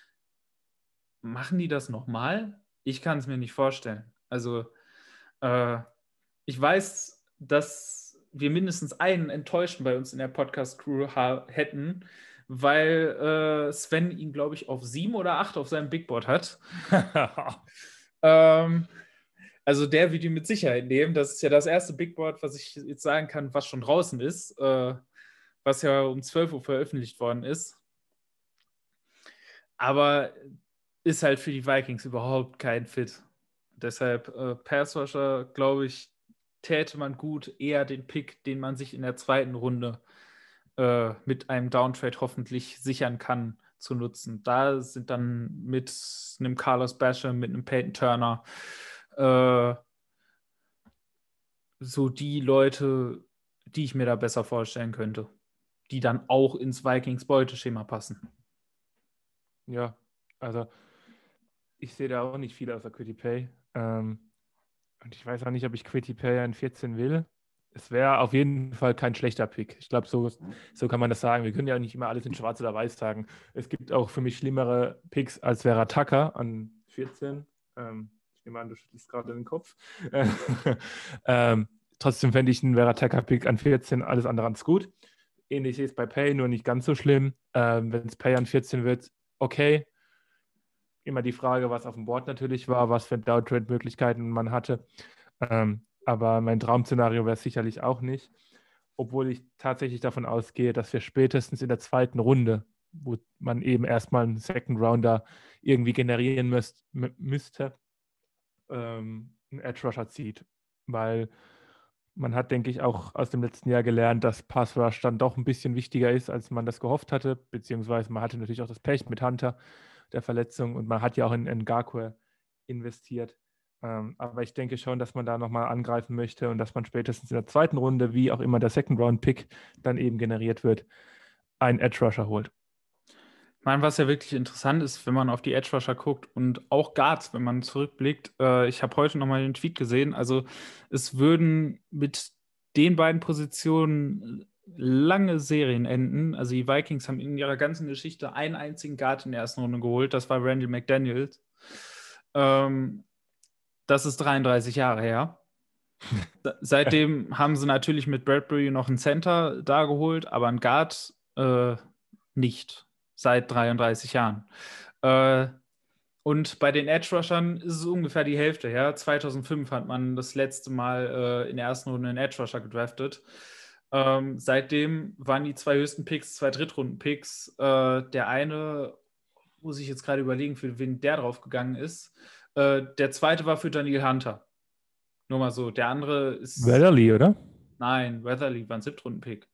Machen die das nochmal? Ich kann es mir nicht vorstellen. Also, äh, ich weiß, dass wir mindestens einen Enttäuschten bei uns in der Podcast-Crew hätten, weil äh, Sven ihn, glaube ich, auf sieben oder acht auf seinem Big Board hat. ähm, also der wird ihn mit Sicherheit nehmen. Das ist ja das erste Big Board, was ich jetzt sagen kann, was schon draußen ist, äh, was ja um zwölf Uhr veröffentlicht worden ist. Aber ist halt für die Vikings überhaupt kein Fit. Deshalb äh, Passrusher, glaube ich, täte man gut, eher den Pick, den man sich in der zweiten Runde äh, mit einem Downtrade hoffentlich sichern kann, zu nutzen. Da sind dann mit einem Carlos Basham, mit einem Peyton Turner äh, so die Leute, die ich mir da besser vorstellen könnte, die dann auch ins Vikings-Beuteschema passen. Ja, also ich sehe da auch nicht viel außer Quitty Pay. Ähm, und ich weiß auch nicht, ob ich Quitty Pay an vierzehn will. Es wäre auf jeden Fall kein schlechter Pick. Ich glaube, so, so kann man das sagen. Wir können ja nicht immer alles in schwarz oder weiß sagen. Es gibt auch für mich schlimmere Picks als Vera Tucker an vierzehn. Ähm, ich nehme an, du schüttelst gerade den Kopf. ähm, trotzdem fände ich einen Vera Tucker-Pick an vierzehn alles andere als gut. Ähnlich ist es bei Pay, nur nicht ganz so schlimm. Ähm, wenn es Pay an vierzehn wird, okay. Immer die Frage, was auf dem Board natürlich war, was für Downtrade-Möglichkeiten man hatte. Ähm, aber mein Traum-Szenario wäre es sicherlich auch nicht. Obwohl ich tatsächlich davon ausgehe, dass wir spätestens in der zweiten Runde, wo man eben erstmal einen Second Rounder irgendwie generieren müsst, müsste, ähm, einen Edge Rusher zieht. Weil Man hat, denke ich, auch aus dem letzten Jahr gelernt, dass Pass Rush dann doch ein bisschen wichtiger ist, als man das gehofft hatte, beziehungsweise man hatte natürlich auch das Pech mit Hunter, der Verletzung, und man hat ja auch in Ngakoue investiert. Ähm, aber ich denke schon, dass man da nochmal angreifen möchte und dass man spätestens in der zweiten Runde, wie auch immer der Second-Round-Pick dann eben generiert wird, einen Edge-Rusher holt. Ich meine, was ja wirklich interessant ist, wenn man auf die Edge-Rusher guckt und auch Guards, wenn man zurückblickt. Äh, ich habe heute nochmal den Tweet gesehen. Also es würden mit den beiden Positionen lange Serien enden. Also die Vikings haben in ihrer ganzen Geschichte einen einzigen Guard in der ersten Runde geholt. Das war Randall McDaniels. Ähm, das ist dreiunddreißig Jahre her. Seitdem haben sie natürlich mit Bradbury noch einen Center da geholt, aber einen Guard äh, nicht. Seit dreiunddreißig Jahren. Äh, und bei den Edge-Rushern ist es ungefähr die Hälfte her. zweitausendfünf hat man das letzte Mal äh, in der ersten Runde einen Edge-Rusher gedraftet. Ähm, seitdem waren die zwei höchsten Picks zwei Drittrunden-Picks. Äh, der eine, muss ich jetzt gerade überlegen, für wen der drauf gegangen ist. Äh, der zweite war für Daniel Hunter. Nur mal so. Der andere ist. Weatherly, oder? Nein, Weatherly war ein Siebtrunden-Pick.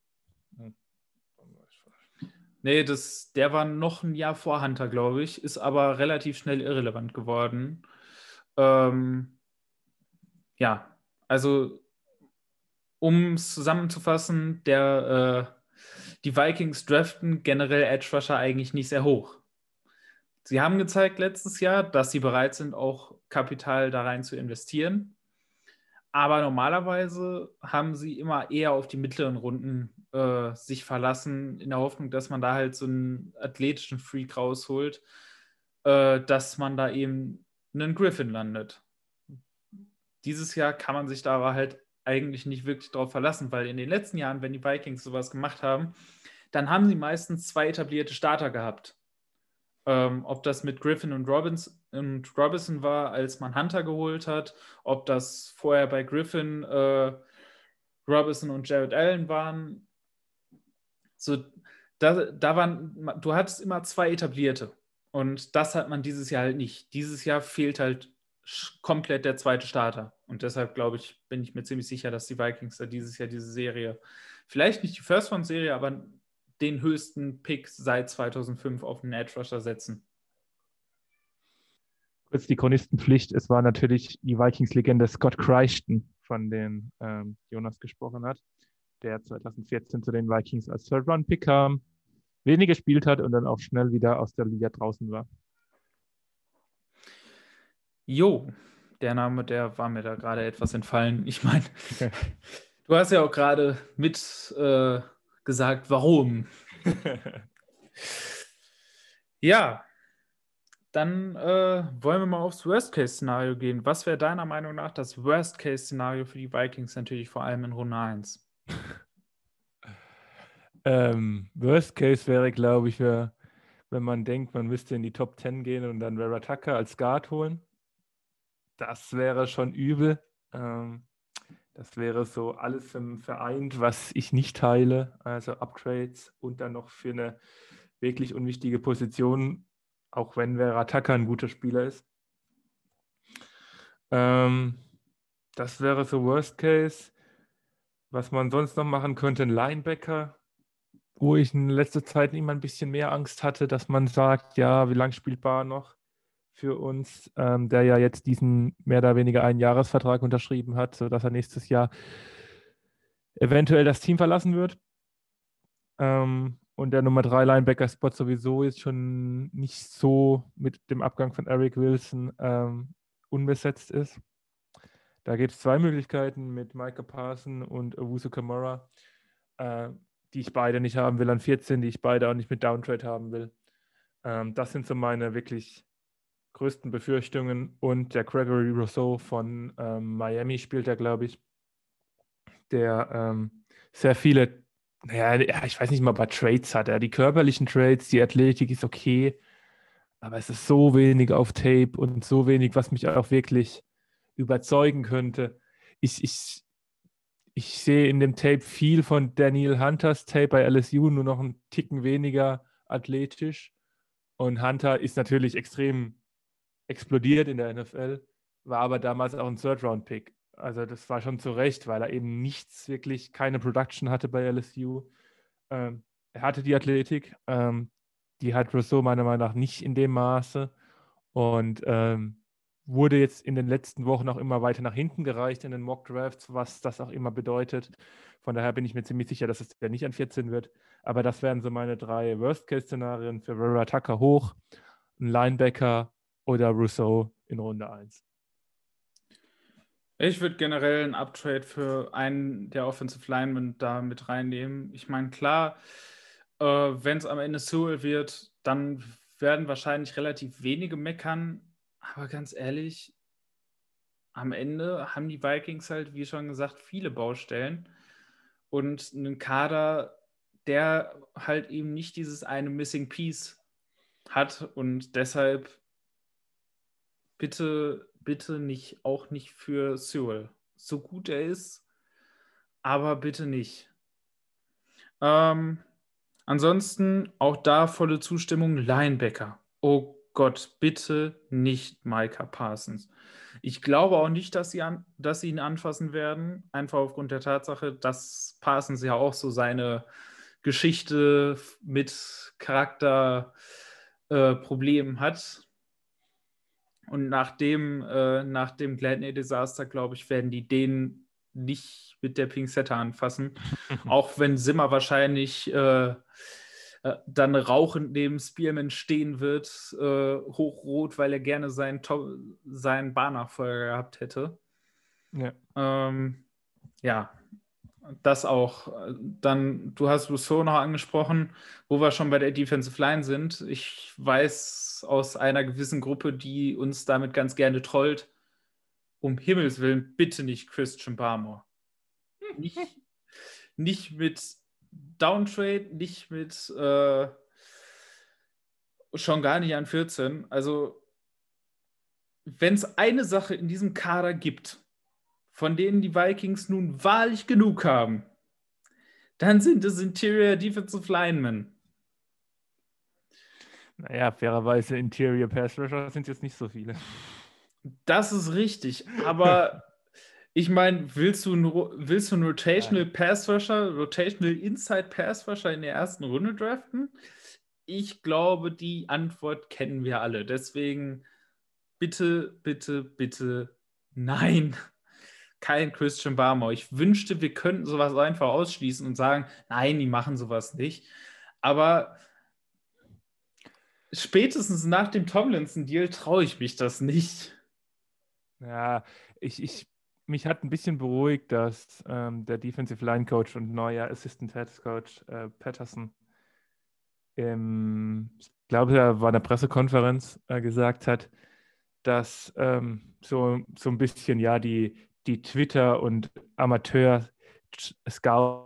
Nee, das, der war noch ein Jahr vor Hunter, glaube ich, ist aber relativ schnell irrelevant geworden. Ähm, ja, also um es zusammenzufassen, der, äh, die Vikings draften generell Edge Rusher eigentlich nicht sehr hoch. Sie haben gezeigt letztes Jahr, dass sie bereit sind, auch Kapital da rein zu investieren. Aber normalerweise haben sie immer eher auf die mittleren Runden äh, sich verlassen, in der Hoffnung, dass man da halt so einen athletischen Freak rausholt, äh, dass man da eben einen Griffin landet. Dieses Jahr kann man sich da aber halt eigentlich nicht wirklich drauf verlassen, weil in den letzten Jahren, wenn die Vikings sowas gemacht haben, dann haben sie meistens zwei etablierte Starter gehabt. Ähm, ob das mit Griffin und, Robbins, und Robinson war, als man Hunter geholt hat, ob das vorher bei Griffin, äh, Robinson und Jared Allen waren. So, da, da waren, du hattest immer zwei etablierte. Und das hat man dieses Jahr halt nicht. Dieses Jahr fehlt halt komplett der zweite Starter. Und deshalb, glaube ich, bin ich mir ziemlich sicher, dass die Vikings da dieses Jahr diese Serie, vielleicht nicht die First-Round-Serie, aber den höchsten Pick seit zweitausendfünf auf den Edge Rusher setzen. Kurz die Chronistenpflicht. Es war natürlich die Vikings-Legende Scott Crichton, von dem ähm, Jonas gesprochen hat, der zweitausendvierzehn zu den Vikings als Third-Round-Pick kam, wenig gespielt hat und dann auch schnell wieder aus der Liga draußen war. Jo, der Name, der war mir da gerade etwas entfallen. Ich meine, du hast ja auch gerade mit äh, gesagt, warum. Ja, dann äh, wollen wir mal aufs Worst-Case-Szenario gehen. Was wäre deiner Meinung nach das Worst-Case-Szenario für die Vikings, natürlich vor allem in Runde eins? ähm, Worst-Case wäre, glaube ich, wär, wenn man denkt, man müsste in die Top zehn gehen und dann Vera Tucker als Guard holen. Das wäre schon übel. Ähm, das wäre so alles vereint, was ich nicht teile, also Uptrades und dann noch für eine wirklich unwichtige Position, auch wenn Vera Tucker ein guter Spieler ist. Ähm, das wäre so Worst Case. Was man sonst noch machen könnte, ein Linebacker, wo ich in letzter Zeit immer ein bisschen mehr Angst hatte, dass man sagt, ja, wie lang spielt Barr noch für uns, ähm, der ja jetzt diesen mehr oder weniger Einjahresvertrag unterschrieben hat, sodass er nächstes Jahr eventuell das Team verlassen wird. Ähm, und der Nummer drei Linebacker-Spot sowieso ist schon nicht so mit dem Abgang von Eric Wilson ähm, unbesetzt ist. Da gibt es zwei Möglichkeiten mit Micah Parson und Owusu Kamara, äh, die ich beide nicht haben will an vierzehn, die ich beide auch nicht mit Downtrade haben will. Ähm, das sind so meine wirklich größten Befürchtungen. Und der Gregory Rousseau von ähm, Miami spielt da, glaube ich, der ähm, sehr viele, naja, ich weiß nicht mal, ob er Trades hat. Er die körperlichen Trades, die Athletik ist okay, aber es ist so wenig auf Tape und so wenig, was mich auch wirklich überzeugen könnte. Ich, ich, ich sehe in dem Tape viel von Daniel Hunters Tape bei L S U, nur noch einen Ticken weniger athletisch. Und Hunter ist natürlich extrem explodiert in der N F L, war aber damals auch ein Third-Round-Pick. Also das war schon zu Recht, weil er eben nichts wirklich, keine Production hatte bei L S U. Ähm, er hatte die Athletik, ähm, die hat Rousseau meiner Meinung nach nicht in dem Maße und ähm, wurde jetzt in den letzten Wochen auch immer weiter nach hinten gereicht in den Mock Drafts, was das auch immer bedeutet. Von daher bin ich mir ziemlich sicher, dass es der nicht an vierzehn wird. Aber das wären so meine drei Worst-Case-Szenarien für Vera Tucker hoch, ein Linebacker oder Rousseau in Runde eins. Ich würde generell einen Uptrade für einen der Offensive Linemen da mit reinnehmen. Ich meine, klar, äh, wenn es am Ende Sewell wird, dann werden wahrscheinlich relativ wenige meckern. Aber ganz ehrlich, am Ende haben die Vikings halt, wie schon gesagt, viele Baustellen und einen Kader, der halt eben nicht dieses eine Missing Piece hat und deshalb bitte, bitte nicht, auch nicht für Sewell. So gut er ist, aber bitte nicht. Ähm, ansonsten auch da volle Zustimmung, Linebacker. Oh Gott, bitte nicht Micah Parsons. Ich glaube auch nicht, dass sie, an, dass sie ihn anfassen werden, einfach aufgrund der Tatsache, dass Parsons ja auch so seine Geschichte mit Charakterproblemen äh, hat. Und nach dem, äh, nach dem Gladney-Desaster, glaube ich, werden die den nicht mit der Pinzette anfassen. Auch wenn Zimmer wahrscheinlich äh, äh, dann rauchend neben Spearman stehen wird, äh, hochrot, weil er gerne seinen, seinen Barnachfolger gehabt hätte. Ja. Ähm, ja, das auch. Dann, du hast Rousseau noch angesprochen, wo wir schon bei der Defensive Line sind. Ich weiß aus einer gewissen Gruppe, die uns damit ganz gerne trollt, um Himmels Willen, bitte nicht Christian Barmore. Nicht, nicht mit Downtrade, nicht mit äh, schon gar nicht an vierzehn. Also, wenn es eine Sache in diesem Kader gibt, von denen die Vikings nun wahrlich genug haben, dann sind es Interior Defensive Linemen. Naja, fairerweise Interior Pass Rusher sind jetzt nicht so viele. Das ist richtig, aber ich meine, willst du, willst du einen Rotational Nein. Pass Rusher, Rotational Inside Pass Rusher in der ersten Runde draften? Ich glaube, die Antwort kennen wir alle. Deswegen bitte, bitte, bitte nein. Kein Christian Barmore. Ich wünschte, wir könnten sowas einfach ausschließen und sagen, nein, die machen sowas nicht. Aber spätestens nach dem Tomlinson-Deal traue ich mich das nicht. Ja, ich, ich, mich hat ein bisschen beruhigt, dass ähm, der Defensive Line Coach und neuer Assistant Head Coach äh, Patterson im, ich glaube, er war in der Pressekonferenz äh, gesagt hat, dass ähm, so, so ein bisschen, ja, die, die Twitter- und Amateur-Scouts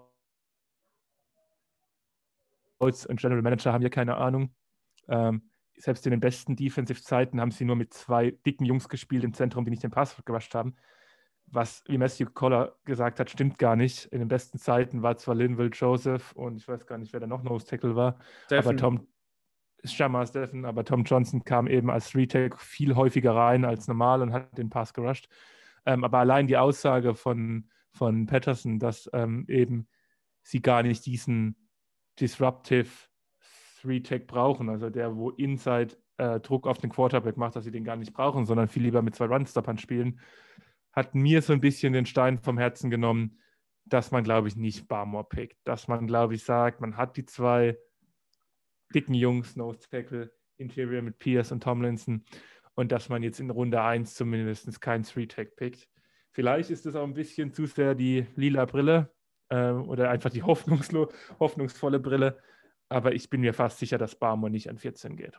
und General Manager haben ja keine Ahnung. Ähm, selbst in den besten Defensive-Zeiten haben sie nur mit zwei dicken Jungs gespielt im Zentrum, die nicht den Pass gewascht haben. Was, wie Matthew Coller gesagt hat, stimmt gar nicht. In den besten Zeiten war zwar Linville Joseph und ich weiß gar nicht, wer da noch Nose Tackle war, Steffen. aber Tom Shamar Steffen, aber Tom Johnson kam eben als Three-Tech viel häufiger rein als normal und hat den Pass gerusht. Ähm, aber allein die Aussage von, von Patterson, dass ähm, eben sie gar nicht diesen Disruptive Three-Tech brauchen, also der, wo Inside äh, Druck auf den Quarterback macht, dass sie den gar nicht brauchen, sondern viel lieber mit zwei Run-Stoppern spielen, hat mir so ein bisschen den Stein vom Herzen genommen, dass man, glaube ich, nicht Barmore pickt. Dass man, glaube ich, sagt, man hat die zwei dicken Jungs, Nose Tackle, Interior mit Pierce und Tomlinson und dass man jetzt in Runde eins zumindest keinen Three-Tech pickt. Vielleicht ist das auch ein bisschen zu sehr die lila Brille äh, oder einfach die hoffnungsvolle Brille, aber ich bin mir fast sicher, dass Barmore nicht an vierzehn geht.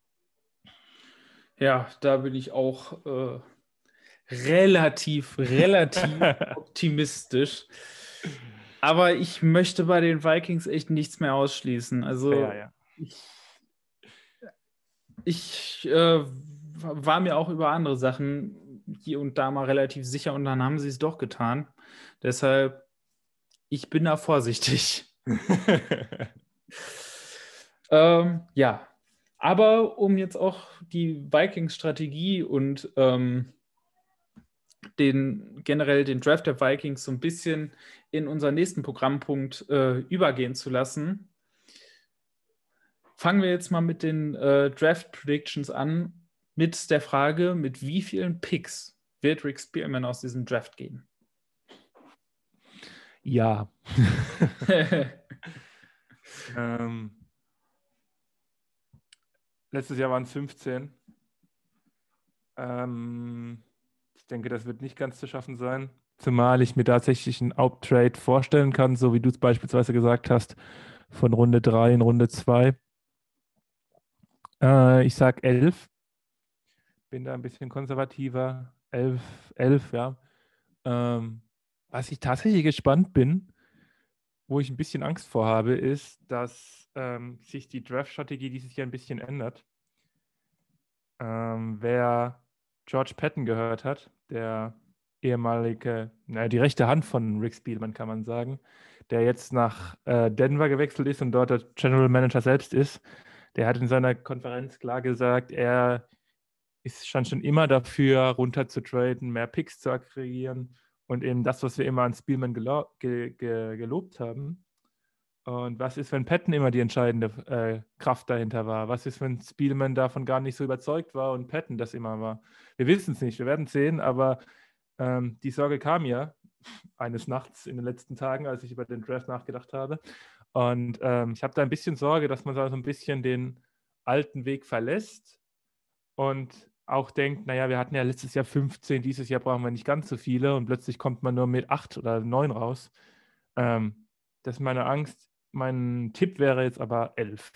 Ja, da bin ich auch äh, relativ, relativ optimistisch. Aber ich möchte bei den Vikings echt nichts mehr ausschließen. Also Ja, ja. ich, ich äh, war mir auch über andere Sachen hier und da mal relativ sicher und dann haben sie es doch getan. Deshalb, ich bin da vorsichtig. ähm, ja, aber um jetzt auch die Vikings-Strategie und ähm, den generell den Draft der Vikings so ein bisschen in unseren nächsten Programmpunkt äh, übergehen zu lassen. Fangen wir jetzt mal mit den äh, Draft Predictions an, mit der Frage, mit wie vielen Picks wird Rick Spielman aus diesem Draft gehen? Ja. ähm, letztes Jahr waren es fünfzehn. Ähm, ich denke, das wird nicht ganz zu schaffen sein. Zumal ich mir tatsächlich einen Out-Trade vorstellen kann, so wie du es beispielsweise gesagt hast, von Runde drei in Runde zwei. Äh, ich sage elf. Bin da ein bisschen konservativer. elf, elf, ja. Ähm, was ich tatsächlich gespannt bin, wo ich ein bisschen Angst vor habe, ist, dass ähm, sich die Draft-Strategie dieses Jahr ein bisschen ändert. Ähm, wer George Patton gehört hat, der ehemalige, naja, die rechte Hand von Rick Spielman, kann man sagen, der jetzt nach äh, Denver gewechselt ist und dort der General Manager selbst ist, der hat in seiner Konferenz klar gesagt, er ist stand schon immer dafür, runter zu traden, mehr Picks zu akquirieren und eben das, was wir immer an Spielman gelo- ge- ge- gelobt haben. Und was ist, wenn Patton immer die entscheidende äh, Kraft dahinter war? Was ist, wenn Spielman davon gar nicht so überzeugt war und Patton das immer war? Wir wissen es nicht, wir werden es sehen, aber ähm, die Sorge kam ja eines Nachts in den letzten Tagen, als ich über den Draft nachgedacht habe. Und ähm, ich habe da ein bisschen Sorge, dass man da so ein bisschen den alten Weg verlässt und auch denkt, naja, wir hatten ja letztes Jahr fünfzehn, dieses Jahr brauchen wir nicht ganz so viele und plötzlich kommt man nur mit acht oder neun raus. Ähm, das ist meine Angst. Mein Tipp wäre jetzt aber elf.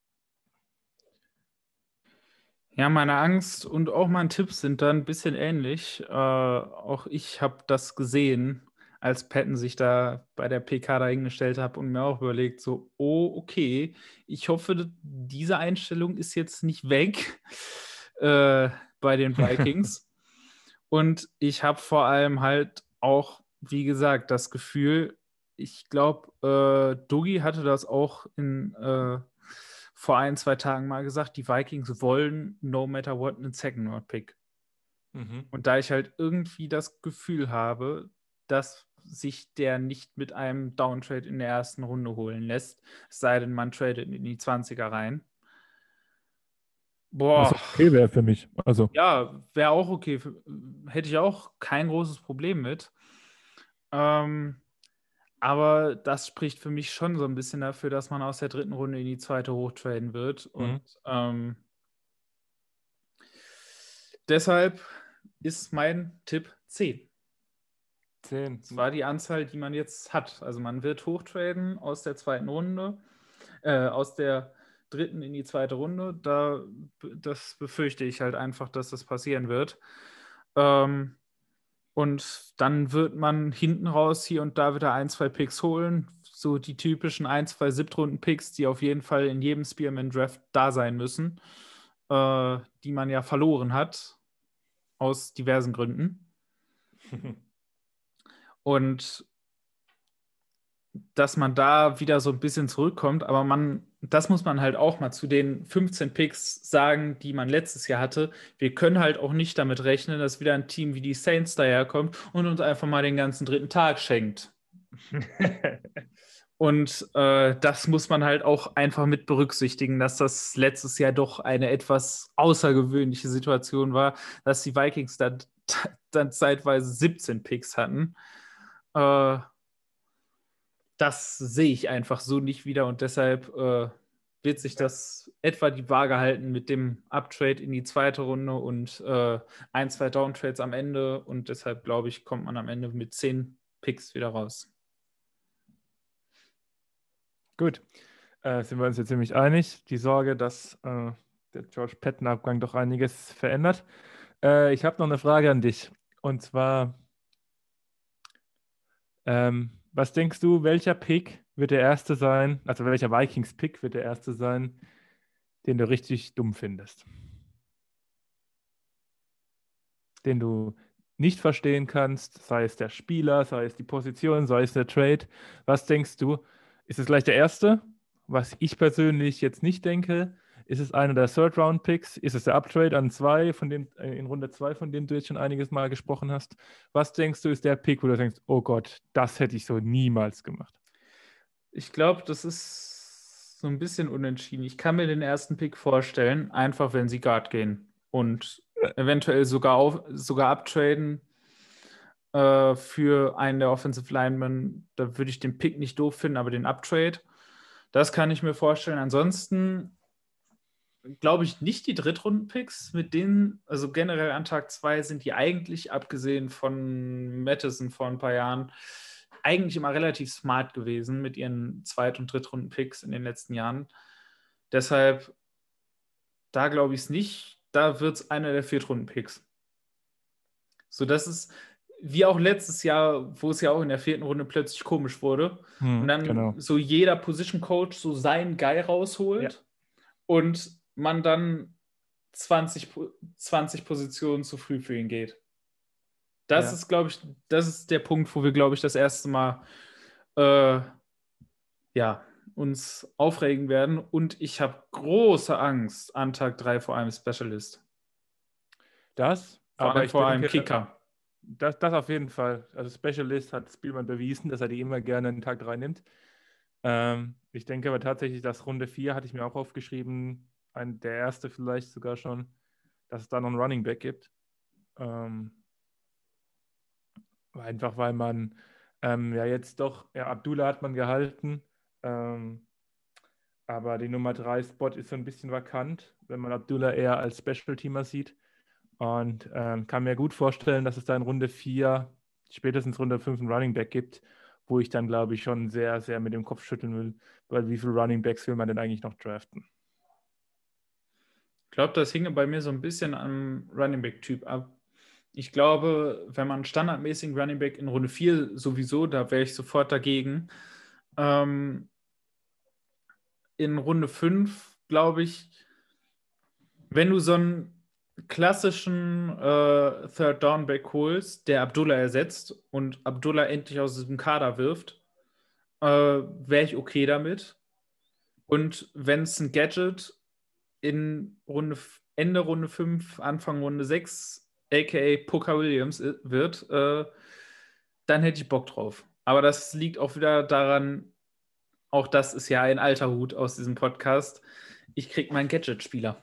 Ja, meine Angst und auch mein Tipp sind da ein bisschen ähnlich. Äh, auch ich habe das gesehen, als Patton sich da bei der P K dahingestellt hat und mir auch überlegt, so, oh, okay, ich hoffe, diese Einstellung ist jetzt nicht weg äh, bei den Vikings. Und ich habe vor allem halt auch, wie gesagt, das Gefühl, ich glaube, äh, Dougie hatte das auch in äh, vor ein, zwei Tagen mal gesagt, die Vikings wollen no matter what einen Second-Round-Pick. Mhm. Und da ich halt irgendwie das Gefühl habe, dass sich der nicht mit einem Downtrade in der ersten Runde holen lässt, es sei denn, man tradet in die zwanziger rein. Was Boah, auch okay wäre für mich. Also, ja, wäre auch okay. Hätte ich auch kein großes Problem mit. Ähm, aber das spricht für mich schon so ein bisschen dafür, dass man aus der dritten Runde in die zweite hochtraden wird. Und mhm. ähm, deshalb ist mein Tipp zehn. zehn. Das war die Anzahl, die man jetzt hat. Also man wird hochtraden aus der zweiten Runde, äh, aus der dritten in die zweite Runde. Da, das befürchte ich halt einfach, dass das passieren wird. Ähm, und dann wird man hinten raus hier und da wieder ein, zwei Picks holen. So die typischen ein, zwei Siebtrunden-Picks, die auf jeden Fall in jedem Spearman-Draft da sein müssen, äh, die man ja verloren hat, aus diversen Gründen. Und dass man da wieder so ein bisschen zurückkommt, aber man, das muss man halt auch mal zu den fünfzehn Picks sagen, die man letztes Jahr hatte. Wir können halt auch nicht damit rechnen, dass wieder ein Team wie die Saints daherkommt und uns einfach mal den ganzen dritten Tag schenkt. Und äh, das muss man halt auch einfach mit berücksichtigen, dass das letztes Jahr doch eine etwas außergewöhnliche Situation war, dass die Vikings dann, dann zeitweise siebzehn Picks hatten. Äh, das sehe ich einfach so nicht wieder und deshalb äh, wird sich das etwa die Waage halten mit dem Uptrade in die zweite Runde und äh, ein, zwei Downtrades am Ende und deshalb glaube ich, kommt man am Ende mit zehn Picks wieder raus. Gut, äh, sind wir uns jetzt ziemlich einig. Die Sorge, dass äh, der George Patton-Abgang doch einiges verändert. Äh, ich habe noch eine Frage an dich. Und zwar, ähm, was denkst du, welcher Pick wird der erste sein, also welcher Vikings-Pick wird der erste sein, den du richtig dumm findest? Den du nicht verstehen kannst, sei es der Spieler, sei es die Position, sei es der Trade. Was denkst du? Ist es gleich der erste? Was ich persönlich jetzt nicht denke, Ist es einer der Third-Round-Picks? Ist es der Uptrade an zwei, von dem, äh, in Runde zwei, von dem du jetzt schon einiges Mal gesprochen hast? Was denkst du, ist der Pick, wo du denkst, oh Gott, das hätte ich so niemals gemacht? Ich glaube, das ist so ein bisschen unentschieden. Ich kann mir den ersten Pick vorstellen, einfach wenn sie Guard gehen und eventuell sogar, auf, sogar uptraden äh, für einen der Offensive Linemen. Da würde ich den Pick nicht doof finden, aber den Uptrade, das kann ich mir vorstellen. Ansonsten glaube ich nicht die Drittrunden-Picks, mit denen, also generell an Tag zwei sind die eigentlich, abgesehen von Madison vor ein paar Jahren, eigentlich immer relativ smart gewesen mit ihren Zweit- und Drittrunden-Picks in den letzten Jahren. Deshalb, da glaube ich es nicht. Da wird es einer der Viertrunden-Picks. So, das ist wie auch letztes Jahr, wo es ja auch in der vierten Runde plötzlich komisch wurde. Hm, und dann genau. so jeder Position-Coach so seinen Guy rausholt Ja. und man dann zwanzig, zwanzig Positionen zu früh für ihn geht. Das Ja. ist, glaube ich, das ist der Punkt, wo wir, glaube ich, das erste Mal äh, ja, uns aufregen werden. Und ich habe große Angst an Tag drei vor einem Specialist. Das, Vor aber allem ich vor einem denke, Kicker. Das, das auf jeden Fall. Also Specialist hat Spielmann bewiesen, dass er die immer gerne in Tag drei nimmt. Ähm, ich denke aber tatsächlich, dass Runde vier hatte ich mir auch aufgeschrieben, ein, der erste vielleicht sogar schon, dass es da noch einen Running Back gibt. Ähm, einfach weil man ähm, ja jetzt doch, ja, Abdullah hat man gehalten, ähm, aber die Nummer drei Spot ist so ein bisschen vakant, wenn man Abdullah eher als Special-Teamer sieht. Und ähm, kann mir gut vorstellen, dass es da in Runde vier, spätestens Runde fünf einen Running Back gibt, wo ich dann, glaube ich, schon sehr, sehr mit dem Kopf schütteln will, weil wie viele Running Backs will man denn eigentlich noch draften? Ich glaube, das hinge bei mir so ein bisschen am Running Back-Typ ab. Ich glaube, wenn man standardmäßig Running Back in Runde vier sowieso, da wäre ich sofort dagegen. Ähm, in Runde fünf, glaube ich, wenn du so einen klassischen äh, Third Down Back holst, der Abdullah ersetzt und Abdullah endlich aus diesem Kader wirft, äh, wäre ich okay damit. Und wenn es ein Gadget in Runde, Ende Runde fünf, Anfang Runde sechs, aka Booker Williams wird, äh, dann hätte ich Bock drauf. Aber das liegt auch wieder daran, auch das ist ja ein alter Hut aus diesem Podcast. Ich krieg meinen Gadget-Spieler.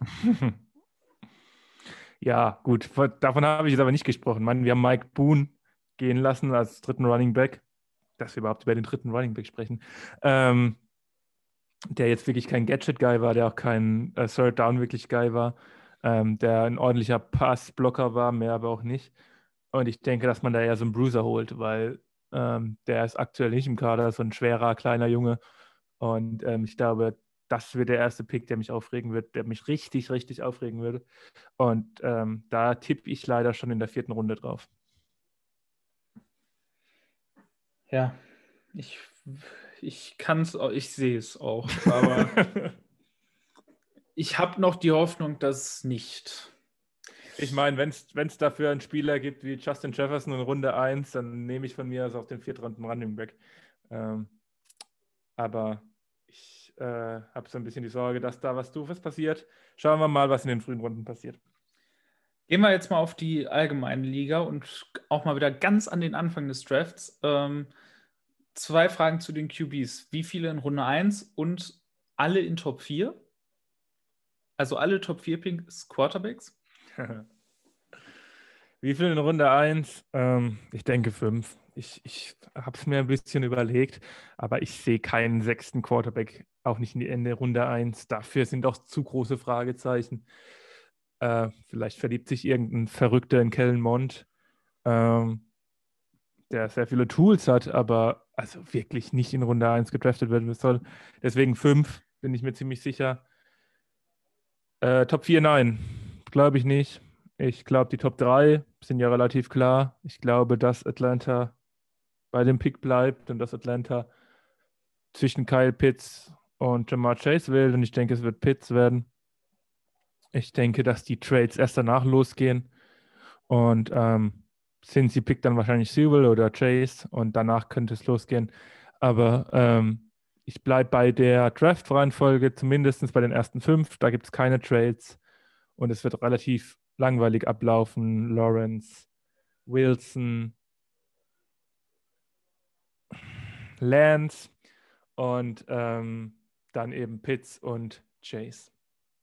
Ja, gut, davon habe ich jetzt aber nicht gesprochen. Mann, wir haben Mike Boone gehen lassen als dritten Running Back, dass wir überhaupt über den dritten Running Back sprechen, ähm, der jetzt wirklich kein Gadget-Guy war, der auch kein äh, Third Down wirklich Guy war, ähm, der ein ordentlicher Passblocker war, mehr aber auch nicht. Und ich denke, dass man da eher so einen Bruiser holt, weil ähm, der ist aktuell nicht im Kader, so ein schwerer, kleiner Junge. Und ähm, ich glaube, das wird der erste Pick, der mich aufregen wird, der mich richtig, richtig aufregen würde. Und ähm, da tippe ich leider schon in der vierten Runde drauf. Ja, ich, ich kann es, ich sehe es auch, aber ich habe noch die Hoffnung, dass nicht. Ich meine, wenn es dafür einen Spieler gibt wie Justin Jefferson in Runde eins, dann nehme ich von mir aus auch den viertrunden Running Back. Ähm, aber ich äh, habe so ein bisschen die Sorge, dass da was Doofes passiert. Schauen wir mal, was in den frühen Runden passiert. Gehen wir jetzt mal auf die allgemeine Liga und auch mal wieder ganz an den Anfang des Drafts. Ähm, zwei Fragen zu den Q Bs. Wie viele in Runde eins und alle in Top vier? Also alle Top vier Picks Quarterbacks? Wie viel in Runde eins? Ähm, ich denke fünf. Ich, ich habe es mir ein bisschen überlegt, aber ich sehe keinen sechsten Quarterback, auch nicht in die Ende Runde eins. Dafür sind doch zu große Fragezeichen. Äh, vielleicht verliebt sich irgendein Verrückter in Kellen Mond, ähm, der sehr viele Tools hat, aber also wirklich nicht in Runde eins gedraftet werden soll. Deswegen fünf, bin ich mir ziemlich sicher. Äh, Top vier, nein. Glaube ich nicht. Ich glaube, die Top drei sind ja relativ klar. Ich glaube, dass Atlanta bei dem Pick bleibt und dass Atlanta zwischen Kyle Pitts und Jamar Chase wählt. Und ich denke, es wird Pitts werden. Ich denke, dass die Trades erst danach losgehen. Und ähm, Cincy pickt dann wahrscheinlich Sewell oder Chase und danach könnte es losgehen. Aber ähm, ich bleibe bei der Draft-Reihenfolge, zumindest bei den ersten fünf. Da gibt es keine Trades und es wird relativ langweilig ablaufen. Lawrence, Wilson, Lance und ähm, dann eben Pitts und Chase.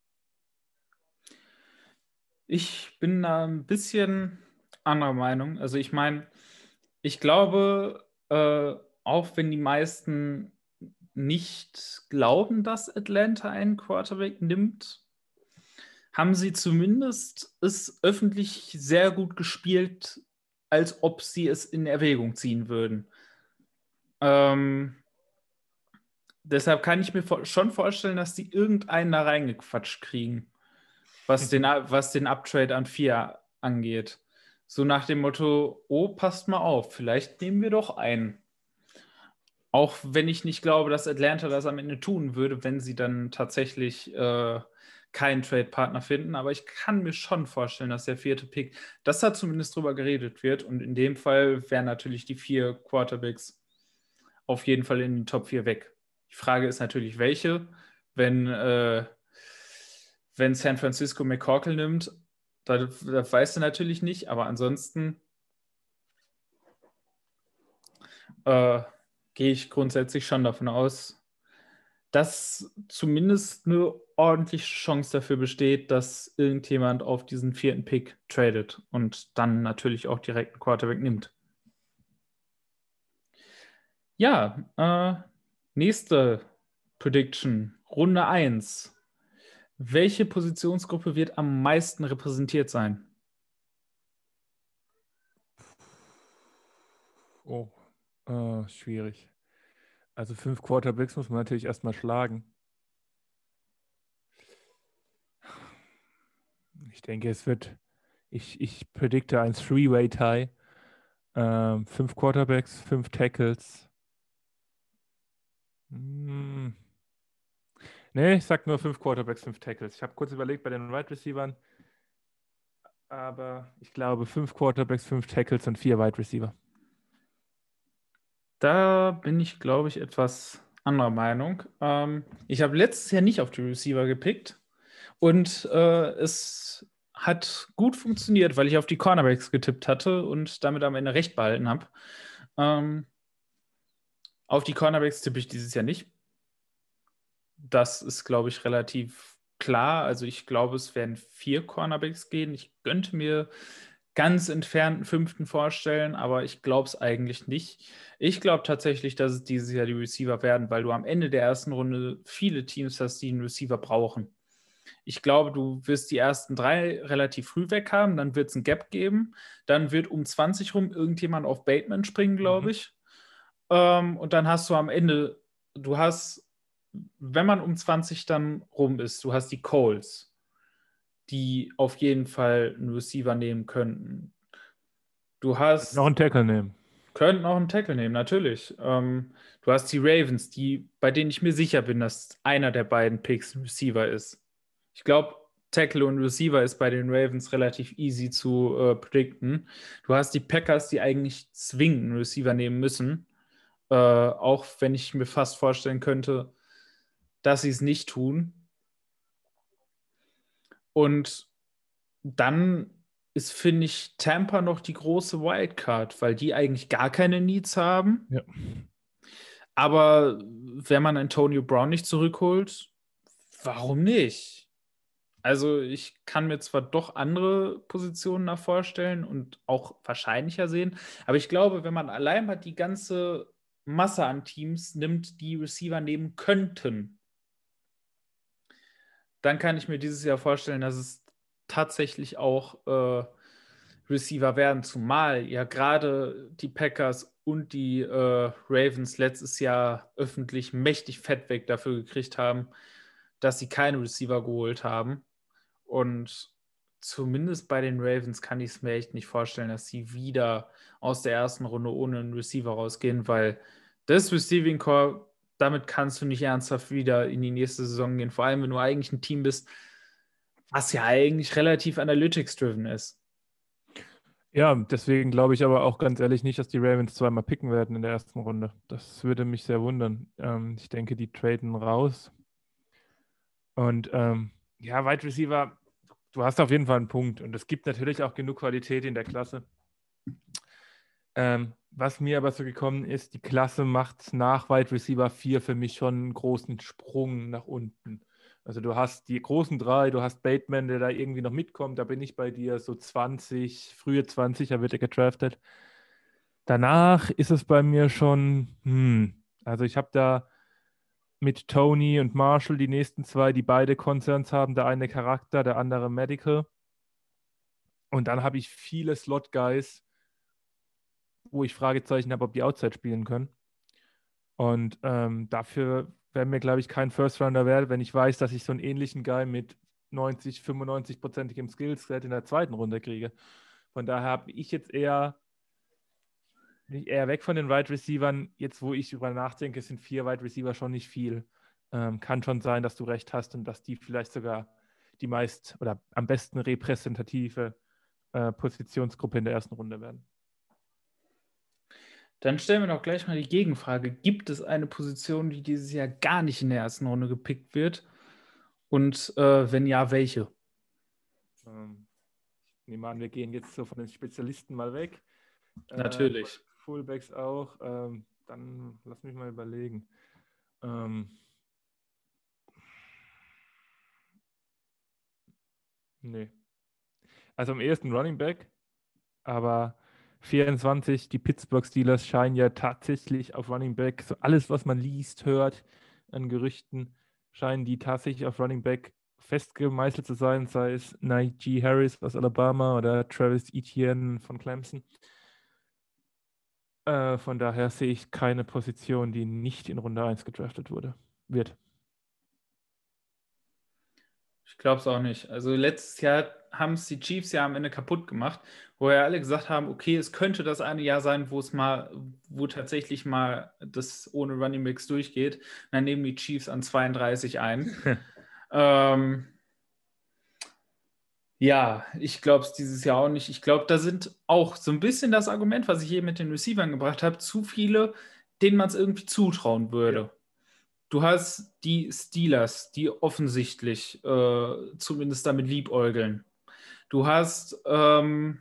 Ich bin da ein bisschen anderer Meinung. Also ich meine, ich glaube, äh, auch wenn die meisten nicht glauben, dass Atlanta einen Quarterback nimmt, haben sie zumindest es öffentlich sehr gut gespielt, als ob sie es in Erwägung ziehen würden. Ähm, deshalb kann ich mir vor schon vorstellen, dass die irgendeinen da reingequatscht kriegen, was den, was den Uptrade an vier angeht. So nach dem Motto, oh, passt mal auf, vielleicht nehmen wir doch einen. Auch wenn ich nicht glaube, dass Atlanta das am Ende tun würde, wenn sie dann tatsächlich äh, keinen Trade-Partner finden. Aber ich kann mir schon vorstellen, dass der vierte Pick, dass da zumindest drüber geredet wird. Und in dem Fall wären natürlich die vier Quarterbacks auf jeden Fall in den Top vier weg. Die Frage ist natürlich, welche. Wenn, äh, wenn San Francisco McCorkle nimmt, das, das weißt du natürlich nicht. Aber ansonsten äh, gehe ich grundsätzlich schon davon aus, dass zumindest eine ordentliche Chance dafür besteht, dass irgendjemand auf diesen vierten Pick tradet und dann natürlich auch direkt einen Quarterback nimmt. Ja, äh, nächste Prediction, Runde eins. Welche Positionsgruppe wird am meisten repräsentiert sein? Oh, äh, schwierig. Also fünf Quarterbacks muss man natürlich erstmal schlagen. Ich denke, es wird, ich, ich predikte ein Three-Way-Tie. Ähm, fünf Quarterbacks, fünf Tackles. Hm. Nee, ich sag nur fünf Quarterbacks, fünf Tackles. Ich habe kurz überlegt bei den Wide Receivern, aber ich glaube fünf Quarterbacks, fünf Tackles und vier Wide Receiver. Da bin ich, glaube ich, etwas anderer Meinung. Ähm, ich habe letztes Jahr nicht auf die Receiver gepickt und äh, es hat gut funktioniert, weil ich auf die Cornerbacks getippt hatte und damit am Ende recht behalten habe. Ähm, auf die Cornerbacks tippe ich dieses Jahr nicht. Das ist, glaube ich, relativ klar. Also ich glaube, es werden vier Cornerbacks gehen. Ich könnte mir ganz entfernt einen fünften vorstellen, aber ich glaube es eigentlich nicht. Ich glaube tatsächlich, dass es dieses Jahr die Receiver werden, weil du am Ende der ersten Runde viele Teams hast, die einen Receiver brauchen. Ich glaube, du wirst die ersten drei relativ früh weg haben, dann wird es ein Gap geben, dann wird um zwanzig rum irgendjemand auf Bateman springen, glaube Mhm. ich. Ähm, und dann hast du am Ende, du hast, wenn man um zwanzig dann rum ist, du hast die Coles, die auf jeden Fall einen Receiver nehmen könnten. Du Noch hast, einen Tackle nehmen. könnten auch einen Tackle nehmen, natürlich. Ähm, du hast die Ravens, die, bei denen ich mir sicher bin, dass einer der beiden Picks ein Receiver ist. Ich glaube, Tackle und Receiver ist bei den Ravens relativ easy zu äh, predikten. Du hast die Packers, die eigentlich zwingend einen Receiver nehmen müssen. Äh, auch wenn ich mir fast vorstellen könnte, dass sie es nicht tun. Und dann ist, finde ich, Tampa noch die große Wildcard, weil die eigentlich gar keine Needs haben. Ja. Aber wenn man Antonio Brown nicht zurückholt, warum nicht? Also ich kann mir zwar doch andere Positionen da vorstellen und auch wahrscheinlicher sehen, aber ich glaube, wenn man allein mal die ganze Masse an Teams nimmt, die Receiver nehmen könnten, dann kann ich mir dieses Jahr vorstellen, dass es tatsächlich auch äh, Receiver werden, zumal ja gerade die Packers und die äh, Ravens letztes Jahr öffentlich mächtig Fett weg dafür gekriegt haben, dass sie keine Receiver geholt haben. Und zumindest bei den Ravens kann ich es mir echt nicht vorstellen, dass sie wieder aus der ersten Runde ohne einen Receiver rausgehen, weil das Receiving Core, damit kannst du nicht ernsthaft wieder in die nächste Saison gehen. Vor allem, wenn du eigentlich ein Team bist, was ja eigentlich relativ analytics-driven ist. Ja, deswegen glaube ich aber auch ganz ehrlich nicht, dass die Ravens zweimal picken werden in der ersten Runde. Das würde mich sehr wundern. Ähm, ich denke, die traden raus. Und ähm, ja, Wide Receiver, du hast auf jeden Fall einen Punkt. Und es gibt natürlich auch genug Qualität in der Klasse. Ähm, was mir aber so gekommen ist, die Klasse macht nach Wide Receiver vier für mich schon einen großen Sprung nach unten. Also du hast die großen drei, du hast Bateman, der da irgendwie noch mitkommt, da bin ich bei dir so zwanzig, frühe zwanzig, er wird er gedraftet. Danach ist es bei mir schon, hm, also ich habe da mit Tony und Marshall die nächsten zwei, die beide Concerns haben, der eine Charakter, der andere Medical. Und dann habe ich viele Slot-Guys, wo ich Fragezeichen habe, ob die Outside spielen können. Und ähm, dafür wäre mir, glaube ich, kein First-Rounder wert, wenn ich weiß, dass ich so einen ähnlichen Guy mit neunzig, fünfundneunzig-prozentigem Skillset in der zweiten Runde kriege. Von daher habe ich jetzt eher, bin ich eher weg von den Wide Receivern. Jetzt, wo ich über nachdenke, sind vier Wide Receiver schon nicht viel. Ähm, kann schon sein, dass du recht hast und dass die vielleicht sogar die meist oder am besten repräsentative äh, Positionsgruppe in der ersten Runde werden. Dann stellen wir doch gleich mal die Gegenfrage. Gibt es eine Position, die dieses Jahr gar nicht in der ersten Runde gepickt wird? Und äh, wenn ja, welche? Ähm, ich nehme an, wir gehen jetzt so von den Spezialisten mal weg. Natürlich. Äh, Fullbacks auch. Ähm, dann lass mich mal überlegen. Ähm, nee. Also am ehesten Running Back, aber vierundzwanzig, die Pittsburgh Steelers scheinen ja tatsächlich auf Running Back, so alles, was man liest, hört an Gerüchten, scheinen die tatsächlich auf Running Back festgemeißelt zu sein, sei es Najee Harris aus Alabama oder Travis Etienne von Clemson. Äh, von daher sehe ich keine Position, die nicht in Runde eins gedraftet wurde, wird. Ich glaube es auch nicht. Also letztes Jahr haben es die Chiefs ja am Ende kaputt gemacht, wo ja alle gesagt haben, okay, es könnte das eine Jahr sein, wo es mal, wo tatsächlich mal das ohne Running Backs durchgeht. Und dann nehmen die Chiefs an zweiunddreißig ein. ähm, ja, ich glaube es dieses Jahr auch nicht. Ich glaube, da sind auch so ein bisschen das Argument, was ich hier mit den Receivern gebracht habe, zu viele, denen man es irgendwie zutrauen würde. Ja. Du hast die Steelers, die offensichtlich äh, zumindest damit liebäugeln. Du hast ähm,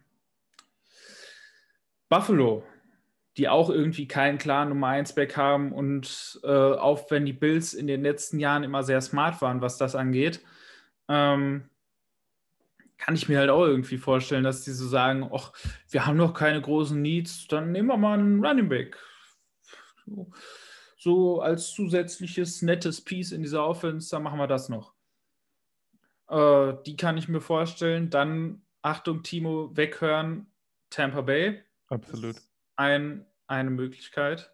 Buffalo, die auch irgendwie keinen klaren Nummer eins Back haben und äh, auch wenn die Bills in den letzten Jahren immer sehr smart waren, was das angeht, ähm, kann ich mir halt auch irgendwie vorstellen, dass die so sagen, ach, wir haben noch keine großen Needs, dann nehmen wir mal einen Running Back. So, so als zusätzliches nettes Piece in dieser Offense, dann machen wir das noch. Äh, die kann ich mir vorstellen. Dann, Achtung, Timo, weghören, Tampa Bay. Absolut. Ein, eine Möglichkeit.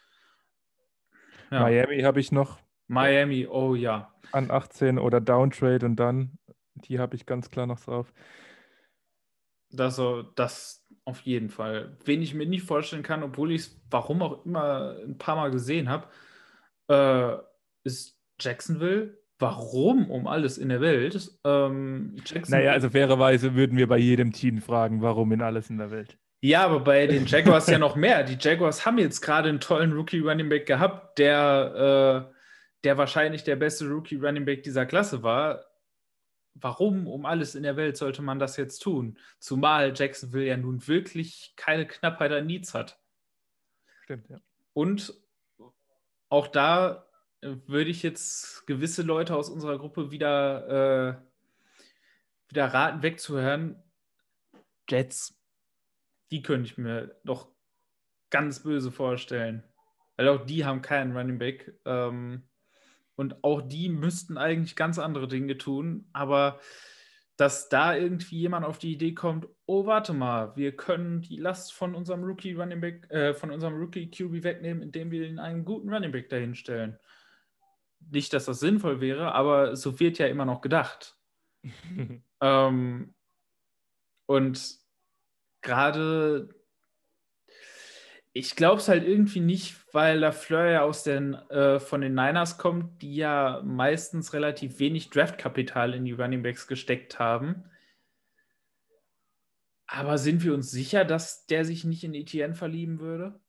Ja. Miami habe ich noch Miami, oh ja. an achtzehn oder Downtrade und dann, die habe ich ganz klar noch drauf. Das, so- das auf jeden Fall. Wen ich mir nicht vorstellen kann, obwohl ich es warum auch immer ein paar Mal gesehen habe, äh, ist Jacksonville. Warum um alles in der Welt? Ähm, Naja, Jacksonville. also fairerweise würden wir bei jedem Team fragen, warum in alles in der Welt. Ja, aber bei den Jaguars ja noch mehr. Die Jaguars haben jetzt gerade einen tollen Rookie Running Back gehabt, der, äh, der wahrscheinlich der beste Rookie Running Back dieser Klasse war. Warum um alles in der Welt sollte man das jetzt tun? Zumal Jacksonville ja nun wirklich keine Knappheit an Needs hat. Stimmt, ja. Und auch da äh, würde ich jetzt gewisse Leute aus unserer Gruppe wieder, äh, wieder raten, wegzuhören. Jets, die könnte ich mir doch ganz böse vorstellen. Weil auch die haben keinen Running Back. Ähm, und auch die müssten eigentlich ganz andere Dinge tun. Aber dass da irgendwie jemand auf die Idee kommt, oh, warte mal, wir können die Last von unserem Rookie Running Back, äh, von unserem Rookie Q B wegnehmen, indem wir ihnen einen guten Running Back dahinstellen. Nicht, dass das sinnvoll wäre, aber so wird ja immer noch gedacht. ähm, und gerade ich glaube es halt irgendwie nicht, weil Lafleur ja aus den, äh, von den Niners kommt, die ja meistens relativ wenig Draftkapital in die Runningbacks gesteckt haben. Aber sind wir uns sicher, dass der sich nicht in Etienne verlieben würde?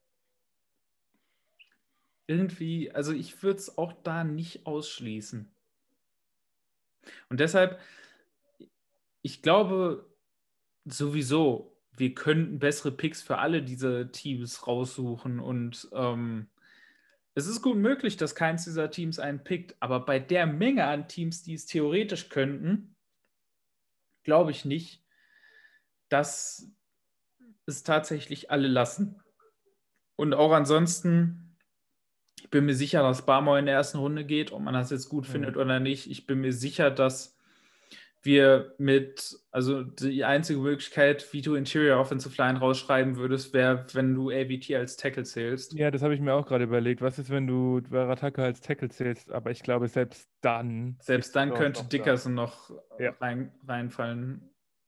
Irgendwie, also ich würde es auch da nicht ausschließen. Und deshalb, ich glaube sowieso, wir könnten bessere Picks für alle diese Teams raussuchen und ähm, es ist gut möglich, dass keins dieser Teams einen pickt, aber bei der Menge an Teams, die es theoretisch könnten, glaube ich nicht, dass es tatsächlich alle lassen. Und auch ansonsten, ich bin mir sicher, dass Barmore in der ersten Runde geht, ob man das jetzt gut mhm. findet oder nicht. Ich bin mir sicher, dass wir mit, also die einzige Möglichkeit, wie du Interior Offensive Line rausschreiben würdest, wäre, wenn du A V T als Tackle zählst. Ja, das habe ich mir auch gerade überlegt. Was ist, wenn du Vera Tucker als Tackle zählst? Aber ich glaube, selbst dann. Selbst dann könnte noch Dickerson da. noch ja. rein, reinfallen.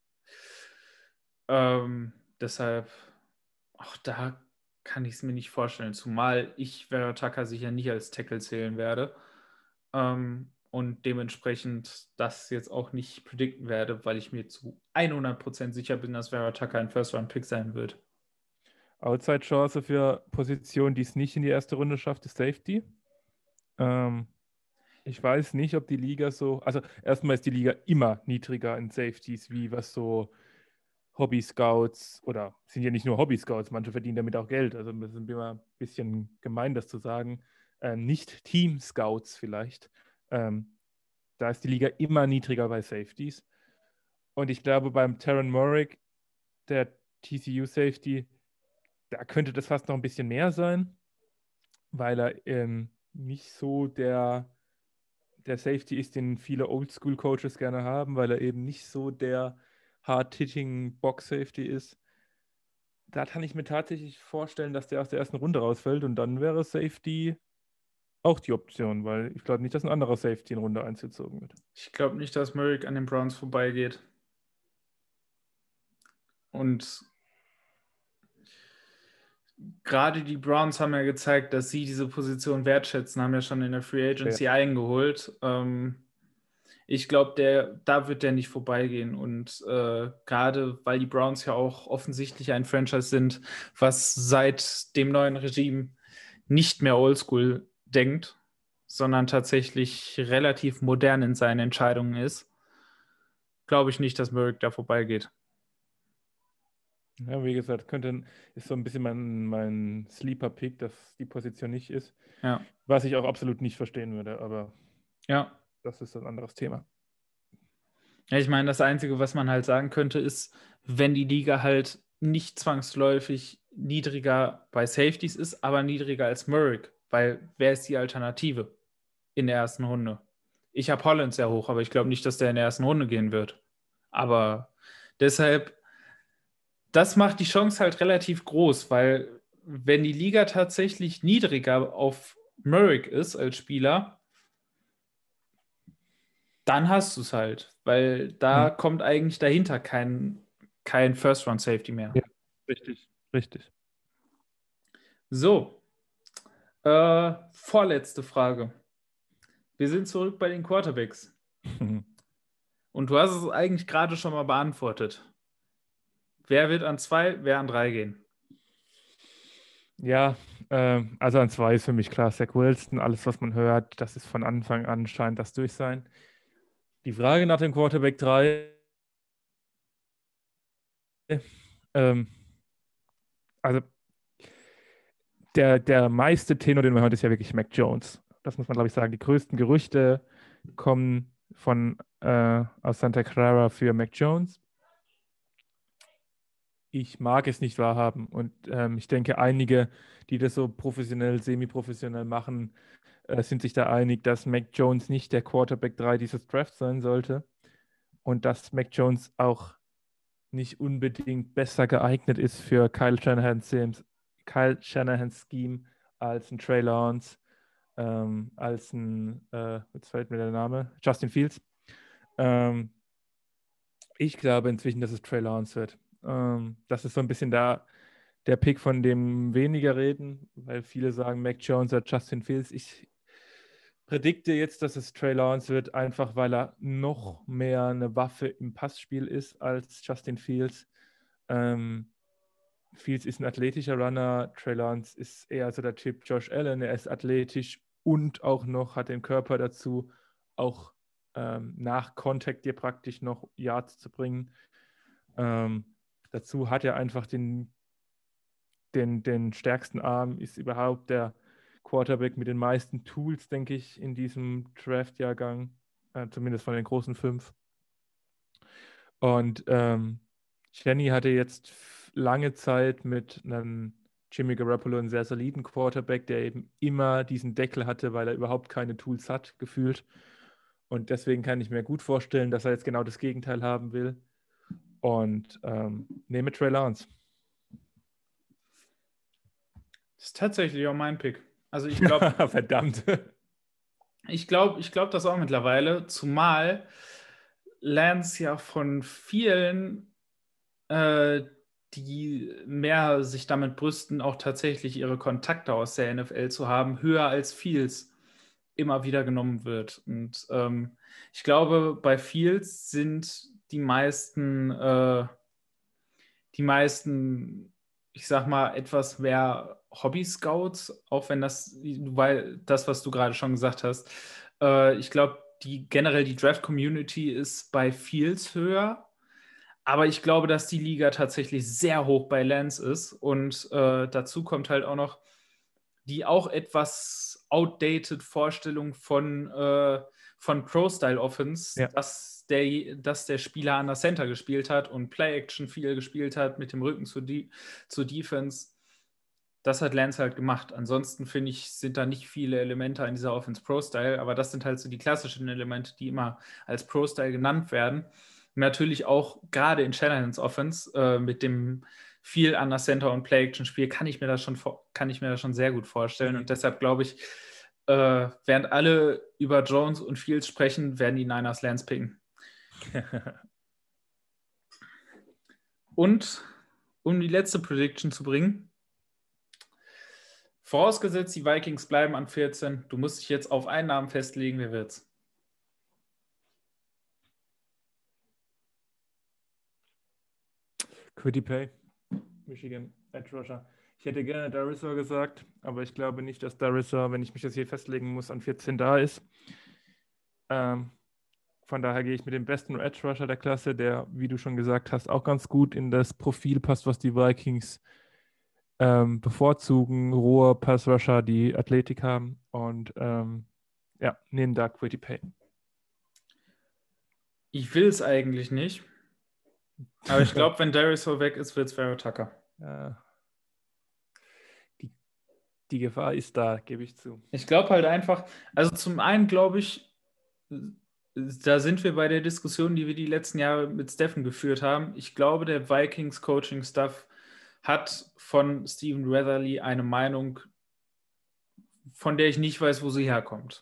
Ähm, deshalb, auch da kann ich es mir nicht vorstellen. Zumal ich Vera Tucker sicher nicht als Tackle zählen werde. Ähm, und dementsprechend das jetzt auch nicht predikten werde, weil ich mir zu hundert Prozent sicher bin, dass Vera Tucker ein First-Round-Pick sein wird. Outside-Chance für Positionen, die es nicht in die erste Runde schafft, ist Safety. Ähm, ich weiß nicht, ob die Liga so, also erstmal ist die Liga immer niedriger in Safeties, wie was so Hobby-Scouts, oder sind ja nicht nur Hobby-Scouts, manche verdienen damit auch Geld, also das ist immer ein bisschen gemein, das zu sagen. Ähm, nicht Team-Scouts vielleicht. Ähm, da ist die Liga immer niedriger bei Safeties. Und ich glaube, beim Taron Morick, der T C U-Safety, da könnte das fast noch ein bisschen mehr sein, weil er ähm, nicht so der, der Safety ist, den viele Oldschool-Coaches gerne haben, weil er eben nicht so der hard-hitting Box-Safety ist. Da kann ich mir tatsächlich vorstellen, dass der aus der ersten Runde rausfällt und dann wäre Safety auch die Option, weil ich glaube nicht, dass ein anderer Safety in Runde eins gezogen wird. Ich glaube nicht, dass Merrick an den Browns vorbeigeht. Und gerade die Browns haben ja gezeigt, dass sie diese Position wertschätzen, haben ja schon in der Free Agency ja. eingeholt. Ähm, ich glaube, da wird der nicht vorbeigehen. Und äh, gerade weil die Browns ja auch offensichtlich ein Franchise sind, was seit dem neuen Regime nicht mehr Oldschool denkt, sondern tatsächlich relativ modern in seinen Entscheidungen ist, glaube ich nicht, dass Merrick da vorbeigeht. Ja, wie gesagt, könnte, ist so ein bisschen mein, mein Sleeper-Pick, dass die Position nicht ist. Ja. Was ich auch absolut nicht verstehen würde, aber ja. das ist ein anderes Thema. Ja, ich meine, das Einzige, was man halt sagen könnte, ist, wenn die Liga halt nicht zwangsläufig niedriger bei Safeties ist, aber niedriger als Merrick, weil wer ist die Alternative in der ersten Runde? Ich habe Holland sehr hoch, aber ich glaube nicht, dass der in der ersten Runde gehen wird. Aber deshalb, das macht die Chance halt relativ groß, weil wenn die Liga tatsächlich niedriger auf Merrick ist als Spieler, dann hast du es halt, weil da hm. kommt eigentlich dahinter kein, kein First-Round-Safety mehr. Ja, richtig, richtig. So, äh, vorletzte Frage. Wir sind zurück bei den Quarterbacks. Und du hast es eigentlich gerade schon mal beantwortet. Wer wird an zwei, wer an drei gehen? Ja, äh, also an zwei ist für mich klar, Zach Wilson, alles, was man hört, das ist von Anfang an, scheint das durch sein. Die Frage nach dem Quarterback drei, ähm, also der, der meiste Tenor, den man hört, ist ja wirklich Mac Jones. Das muss man, glaube ich, sagen. Die größten Gerüchte kommen von äh, aus Santa Clara für Mac Jones. Ich mag es nicht wahrhaben und ähm, ich denke, einige, die das so professionell, semi-professionell machen, äh, sind sich da einig, dass Mac Jones nicht der Quarterback drei dieses Drafts sein sollte und dass Mac Jones auch nicht unbedingt besser geeignet ist für Kyle Shanahan's, Kyle Shanahan's Scheme als ein Trey Lance, ähm, als ein, äh, jetzt fällt mir der Name, Justin Fields. Ähm, ich glaube inzwischen, dass es Trey Lance wird. Ähm, das ist so ein bisschen da der Pick, von dem weniger reden, weil viele sagen Mac Jones oder Justin Fields. Ich predikte jetzt, dass es Trey Lance wird, einfach weil er noch mehr eine Waffe im Passspiel ist als Justin Fields. Ähm, Fields ist ein athletischer Runner, Trey Lance ist eher so der Typ Josh Allen, er ist athletisch und auch noch hat den Körper dazu, auch ähm, nach Contact dir praktisch noch Yards zu bringen. Ähm, dazu hat er einfach den, den, den stärksten Arm, ist überhaupt der Quarterback mit den meisten Tools, denke ich, in diesem Draft-Jahrgang, äh, zumindest von den großen fünf. Und ähm, Shanny hatte jetzt lange Zeit mit einem Jimmy Garoppolo einen sehr soliden Quarterback, der eben immer diesen Deckel hatte, weil er überhaupt keine Tools hat, gefühlt. Und deswegen kann ich mir gut vorstellen, dass er jetzt genau das Gegenteil haben will. Und ähm, nehme Trey Lance. Das ist tatsächlich auch mein Pick. Also ich glaube, verdammt. Ich glaube, ich glaube das auch mittlerweile, zumal Lance ja von vielen, äh, die mehr sich damit brüsten, auch tatsächlich ihre Kontakte aus der N F L zu haben, höher als Fields immer wieder genommen wird. Und ähm, ich glaube, bei Fields sind die meisten, äh, die meisten, ich sag mal, etwas mehr Hobby-Scouts, auch wenn das, weil das, was du gerade schon gesagt hast, äh, ich glaube, die generell die Draft-Community ist bei Fields höher, aber ich glaube, dass die Liga tatsächlich sehr hoch bei Lance ist und äh, dazu kommt halt auch noch die auch etwas outdated Vorstellung von, äh, von Pro-Style-Offense, Ja. dass, der, dass der Spieler an der Center gespielt hat und Play-Action viel gespielt hat mit dem Rücken zur, De zur Defense. Das hat Lance halt gemacht. Ansonsten finde ich, sind da nicht viele Elemente in dieser Offense Pro-Style, aber das sind halt so die klassischen Elemente, die immer als Pro-Style genannt werden. Und natürlich auch gerade in Shanahans Offense äh, mit dem viel an der Center- und Play-Action-Spiel kann ich mir das schon kann ich mir das schon sehr gut vorstellen. Mhm. Und deshalb glaube ich, äh, während alle über Jones und Fields sprechen, werden die Niners Lance picken. Und um die letzte Prediction zu bringen, vorausgesetzt, die Vikings bleiben an vierzehn, du musst dich jetzt auf einen Namen festlegen, wer wird's? Quiddy Pay, Michigan, Edge Rusher. Ich hätte gerne Darissa gesagt, aber ich glaube nicht, dass Darissa, wenn ich mich jetzt hier festlegen muss, an vierzehn da ist. Ähm, von daher gehe ich mit dem besten Edge Rusher der Klasse, der, wie du schon gesagt hast, auch ganz gut in das Profil passt, was die Vikings ähm, bevorzugen. Rohe Pass Rusher, die Athletik haben. Und ähm, ja, nehmen da Quiddy Pay. Ich will es eigentlich nicht. Aber ich glaube, wenn Darissa weg ist, wird es Vera Tucker. Ja. Die, die Gefahr ist da, gebe ich zu. Ich glaube halt einfach, also zum einen glaube ich, da sind wir bei der Diskussion, die wir die letzten Jahre mit Steffen geführt haben. Ich glaube, der Vikings Coaching-Staff hat von Stephen Weatherly eine Meinung, von der ich nicht weiß, wo sie herkommt.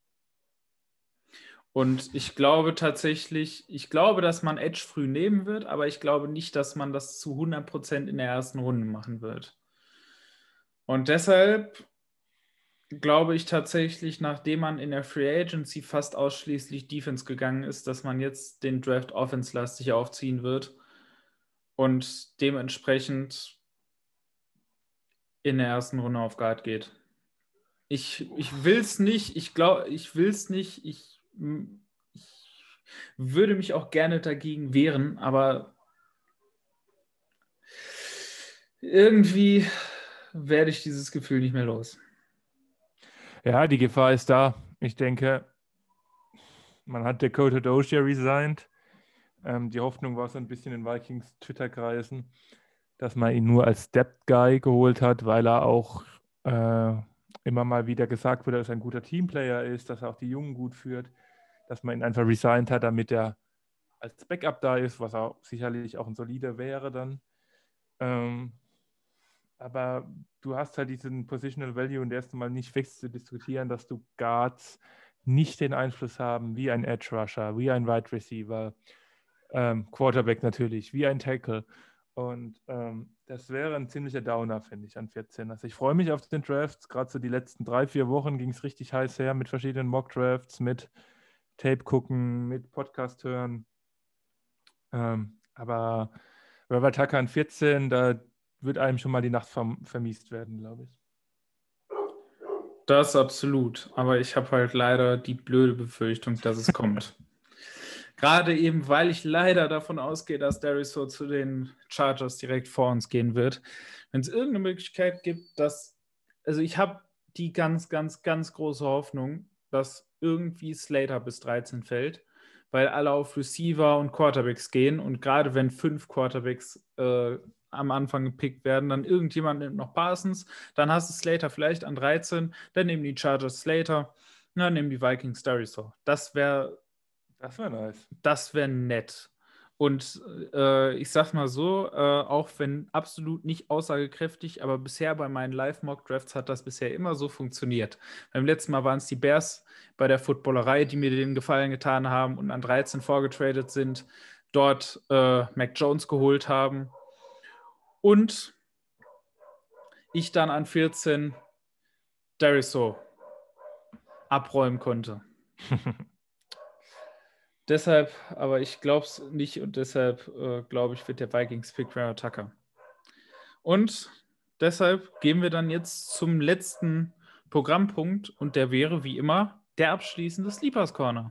Und ich glaube tatsächlich, ich glaube, dass man Edge früh nehmen wird, aber ich glaube nicht, dass man das zu hundert Prozent in der ersten Runde machen wird. Und deshalb glaube ich tatsächlich, nachdem man in der Free Agency fast ausschließlich Defense gegangen ist, dass man jetzt den Draft Offense-lastig aufziehen wird und dementsprechend in der ersten Runde auf Guard geht. Ich, ich will es nicht, ich glaube, ich will es nicht, ich, ich würde mich auch gerne dagegen wehren, aber irgendwie werde ich dieses Gefühl nicht mehr los. Ja, die Gefahr ist da. Ich denke, man hat Dakota Dozier resigned. Ähm, die Hoffnung war so ein bisschen in Vikings Twitter-Kreisen, dass man ihn nur als Depth-Guy geholt hat, weil er auch äh, immer mal wieder gesagt wurde, dass er ein guter Teamplayer ist, dass er auch die Jungen gut führt, dass man ihn einfach resigned hat, damit er als Backup da ist, was auch sicherlich auch ein solider wäre dann. Ähm, aber du hast halt diesen Positional Value und erst einmal nicht fix zu diskutieren, dass du Guards nicht den Einfluss haben wie ein Edge Rusher, wie ein Wide Receiver, ähm, Quarterback natürlich, wie ein Tackle. Und ähm, das wäre ein ziemlicher Downer, finde ich, an vierzehn. Also ich freue mich auf den Drafts. Gerade so die letzten drei, vier Wochen ging es richtig heiß her mit verschiedenen Mock-Drafts, mit Tape gucken, mit Podcast hören. Ähm, aber Robert Tucker an vierzehn, da wird einem schon mal die Nacht verm vermiest werden, glaube ich. Das absolut. Aber ich habe halt leider die blöde Befürchtung, dass es kommt. Gerade eben, weil ich leider davon ausgehe, dass Darius so zu den Chargers direkt vor uns gehen wird. Wenn es irgendeine Möglichkeit gibt, dass, also ich habe die ganz, ganz, ganz große Hoffnung, dass irgendwie Slater bis dreizehn fällt, weil alle auf Receiver und Quarterbacks gehen und gerade wenn fünf Quarterbacks äh, am Anfang gepickt werden, dann irgendjemand nimmt noch Parsons, dann hast du Slater vielleicht an dreizehn, dann nehmen die Chargers Slater, dann nehmen die Vikings Darius. Das wäre Das wäre nice. das wäre nett. Und äh, ich sag mal so, äh, auch wenn absolut nicht aussagekräftig, aber bisher bei meinen Live-Mock-Drafts hat das bisher immer so funktioniert. Beim letzten Mal waren es die Bears bei der Footballerei, die mir den Gefallen getan haben und an dreizehn vorgetradet sind, dort äh, Mac Jones geholt haben. Und ich dann an vierzehn Dariso abräumen konnte. Deshalb, aber ich glaube es nicht und deshalb äh, glaube ich, wird der Vikings-Pick Ryan Tucker. Und deshalb gehen wir dann jetzt zum letzten Programmpunkt und der wäre wie immer der abschließende Sleepers Corner.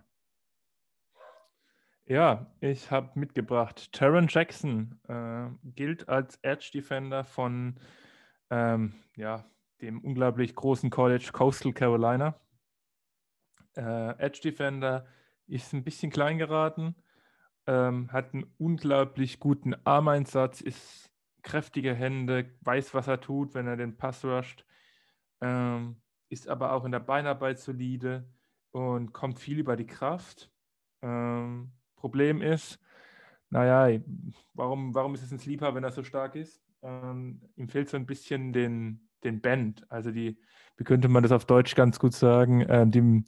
Ja, ich habe mitgebracht. Taron Jackson äh, gilt als Edge Defender von ähm, ja, dem unglaublich großen College Coastal Carolina. Äh, Edge Defender ist ein bisschen klein geraten, ähm, hat einen unglaublich guten Armeinsatz, ist kräftige Hände, weiß, was er tut, wenn er den Pass rusht, ähm, ist aber auch in der Beinarbeit solide und kommt viel über die Kraft. Ähm, Problem ist, naja, warum, warum ist es ein Sleeper, wenn er so stark ist? Ähm, ihm fehlt so ein bisschen den, den Bend, also die, wie könnte man das auf Deutsch ganz gut sagen, ähm, die,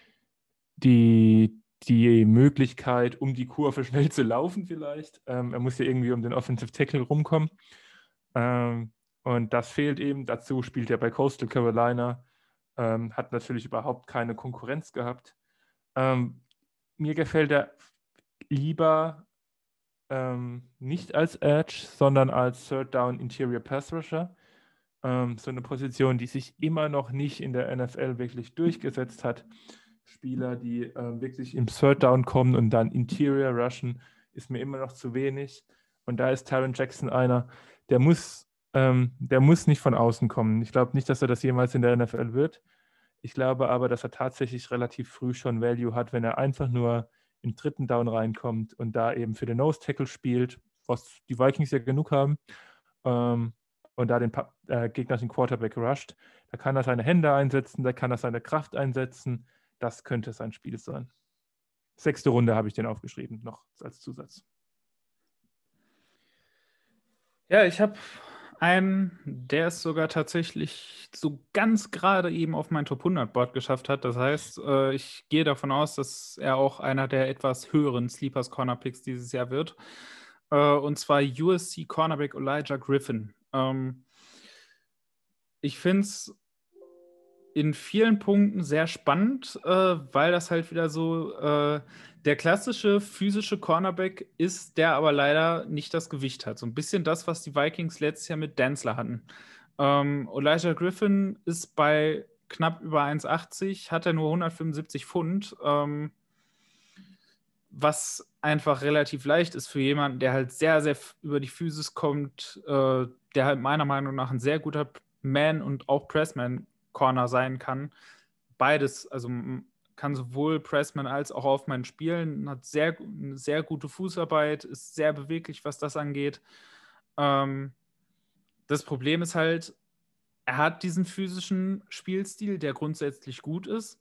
die, die Möglichkeit, um die Kurve schnell zu laufen vielleicht. Ähm, er muss ja irgendwie um den Offensive Tackle rumkommen. Ähm, und das fehlt eben. Dazu spielt er bei Coastal Carolina, ähm, hat natürlich überhaupt keine Konkurrenz gehabt. Ähm, mir gefällt er lieber ähm, nicht als Edge, sondern als Third Down Interior Pass Rusher. Ähm, so eine Position, die sich immer noch nicht in der N F L wirklich durchgesetzt hat. Spieler, die äh, wirklich im Third Down kommen und dann Interior rushen, ist mir immer noch zu wenig. Und da ist Taron Jackson einer, der muss, ähm, der muss nicht von außen kommen. Ich glaube nicht, dass er das jemals in der N F L wird. Ich glaube aber, dass er tatsächlich relativ früh schon Value hat, wenn er einfach nur im dritten Down reinkommt und da eben für den Nose-Tackle spielt, was die Vikings ja genug haben, ähm, und da den äh, gegnerischen Quarterback rusht. Da kann er seine Hände einsetzen, da kann er seine Kraft einsetzen. Das könnte sein Spiel sein. Sechste Runde habe ich den aufgeschrieben, noch als Zusatz. Ja, ich habe einen, der es sogar tatsächlich so ganz gerade eben auf mein Top hundert Board geschafft hat. Das heißt, äh, ich gehe davon aus, dass er auch einer der etwas höheren Sleepers Corner Picks dieses Jahr wird. Äh, und zwar U S C Cornerback Elijah Griffin. Ähm, ich finde es in vielen Punkten sehr spannend, äh, weil das halt wieder so äh, der klassische physische Cornerback ist, der aber leider nicht das Gewicht hat. So ein bisschen das, was die Vikings letztes Jahr mit Dantzler hatten. Ähm, Elijah Griffin ist bei knapp über eins achtzig, hat er nur hundertfünfundsiebzig Pfund, ähm, was einfach relativ leicht ist für jemanden, der halt sehr, sehr über die Physis kommt, äh, der halt meiner Meinung nach ein sehr guter Man- und auch Pressman-Corner sein kann. Beides, also kann sowohl Pressman als auch Offman spielen, hat sehr, eine sehr gute Fußarbeit, ist sehr beweglich, was das angeht. Ähm, das Problem ist halt, er hat diesen physischen Spielstil, der grundsätzlich gut ist,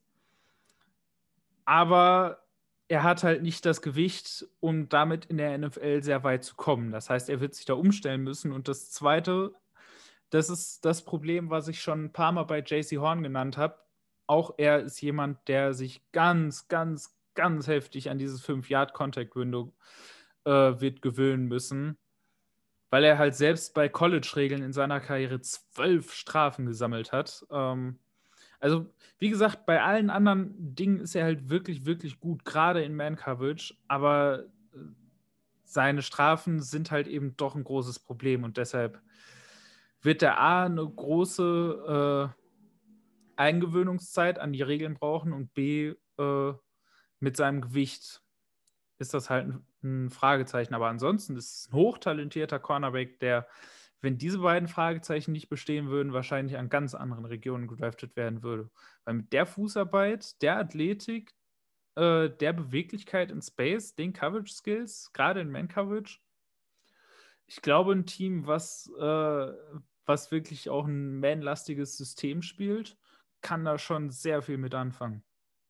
aber er hat halt nicht das Gewicht, um damit in der N F L sehr weit zu kommen. Das heißt, er wird sich da umstellen müssen. Und das Zweite, das ist das Problem, was ich schon ein paar Mal bei J C Horn genannt habe. Auch er ist jemand, der sich ganz, ganz, ganz heftig an dieses fünf-Yard-Contact-Window äh, wird gewöhnen müssen, weil er halt selbst bei College-Regeln in seiner Karriere zwölf Strafen gesammelt hat. Ähm, also, wie gesagt, bei allen anderen Dingen ist er halt wirklich, wirklich gut, gerade in Man-Coverage, aber seine Strafen sind halt eben doch ein großes Problem und deshalb wird der A eine große äh, Eingewöhnungszeit an die Regeln brauchen und B äh, mit seinem Gewicht ist das halt ein, ein Fragezeichen. Aber ansonsten ist es ein hochtalentierter Cornerback, der, wenn diese beiden Fragezeichen nicht bestehen würden, wahrscheinlich an ganz anderen Regionen gedraftet werden würde. Weil mit der Fußarbeit, der Athletik, äh, der Beweglichkeit in Space, den Coverage-Skills, gerade in Man-Coverage, ich glaube, ein Team, was, äh, was wirklich auch ein man-lastiges System spielt, kann da schon sehr viel mit anfangen.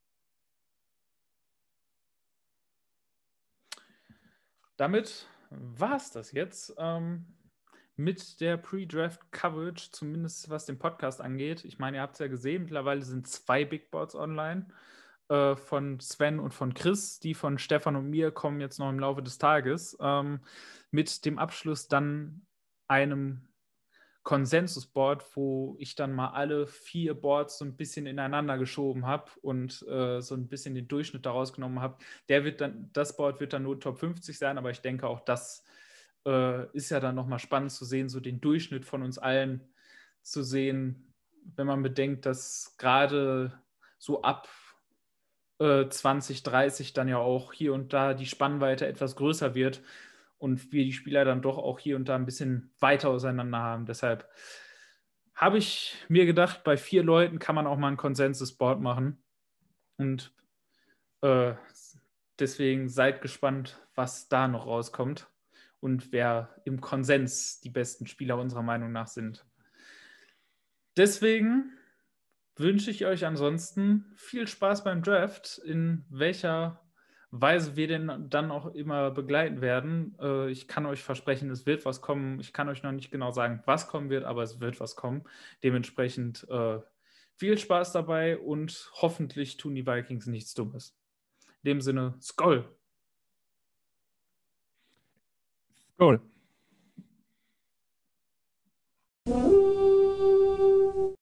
Damit war es das jetzt ähm, mit der Pre-Draft-Coverage, zumindest was den Podcast angeht. Ich meine, ihr habt es ja gesehen, mittlerweile sind zwei Big Boards online äh, von Sven und von Chris. Die von Stefan und mir kommen jetzt noch im Laufe des Tages. Ähm, mit dem Abschluss dann einem Konsensus-Board, wo ich dann mal alle vier Boards so ein bisschen ineinander geschoben habe und äh, so ein bisschen den Durchschnitt daraus genommen habe. Der wird dann, das Board wird dann nur Top fünfzig sein, aber ich denke auch, das äh, ist ja dann nochmal spannend zu sehen, so den Durchschnitt von uns allen zu sehen, wenn man bedenkt, dass gerade so ab äh, zwanzig, dreißig dann ja auch hier und da die Spannweite etwas größer wird und wir die Spieler dann doch auch hier und da ein bisschen weiter auseinander haben. Deshalb habe ich mir gedacht, bei vier Leuten kann man auch mal ein Konsensus-Board machen. Und äh, deswegen seid gespannt, was da noch rauskommt und wer im Konsens die besten Spieler unserer Meinung nach sind. Deswegen wünsche ich euch ansonsten viel Spaß beim Draft, in welcher Weise wir den dann auch immer begleiten werden. Äh, ich kann euch versprechen, es wird was kommen. Ich kann euch noch nicht genau sagen, was kommen wird, aber es wird was kommen. Dementsprechend äh, viel Spaß dabei und hoffentlich tun die Vikings nichts Dummes. In dem Sinne, Skol! Skol!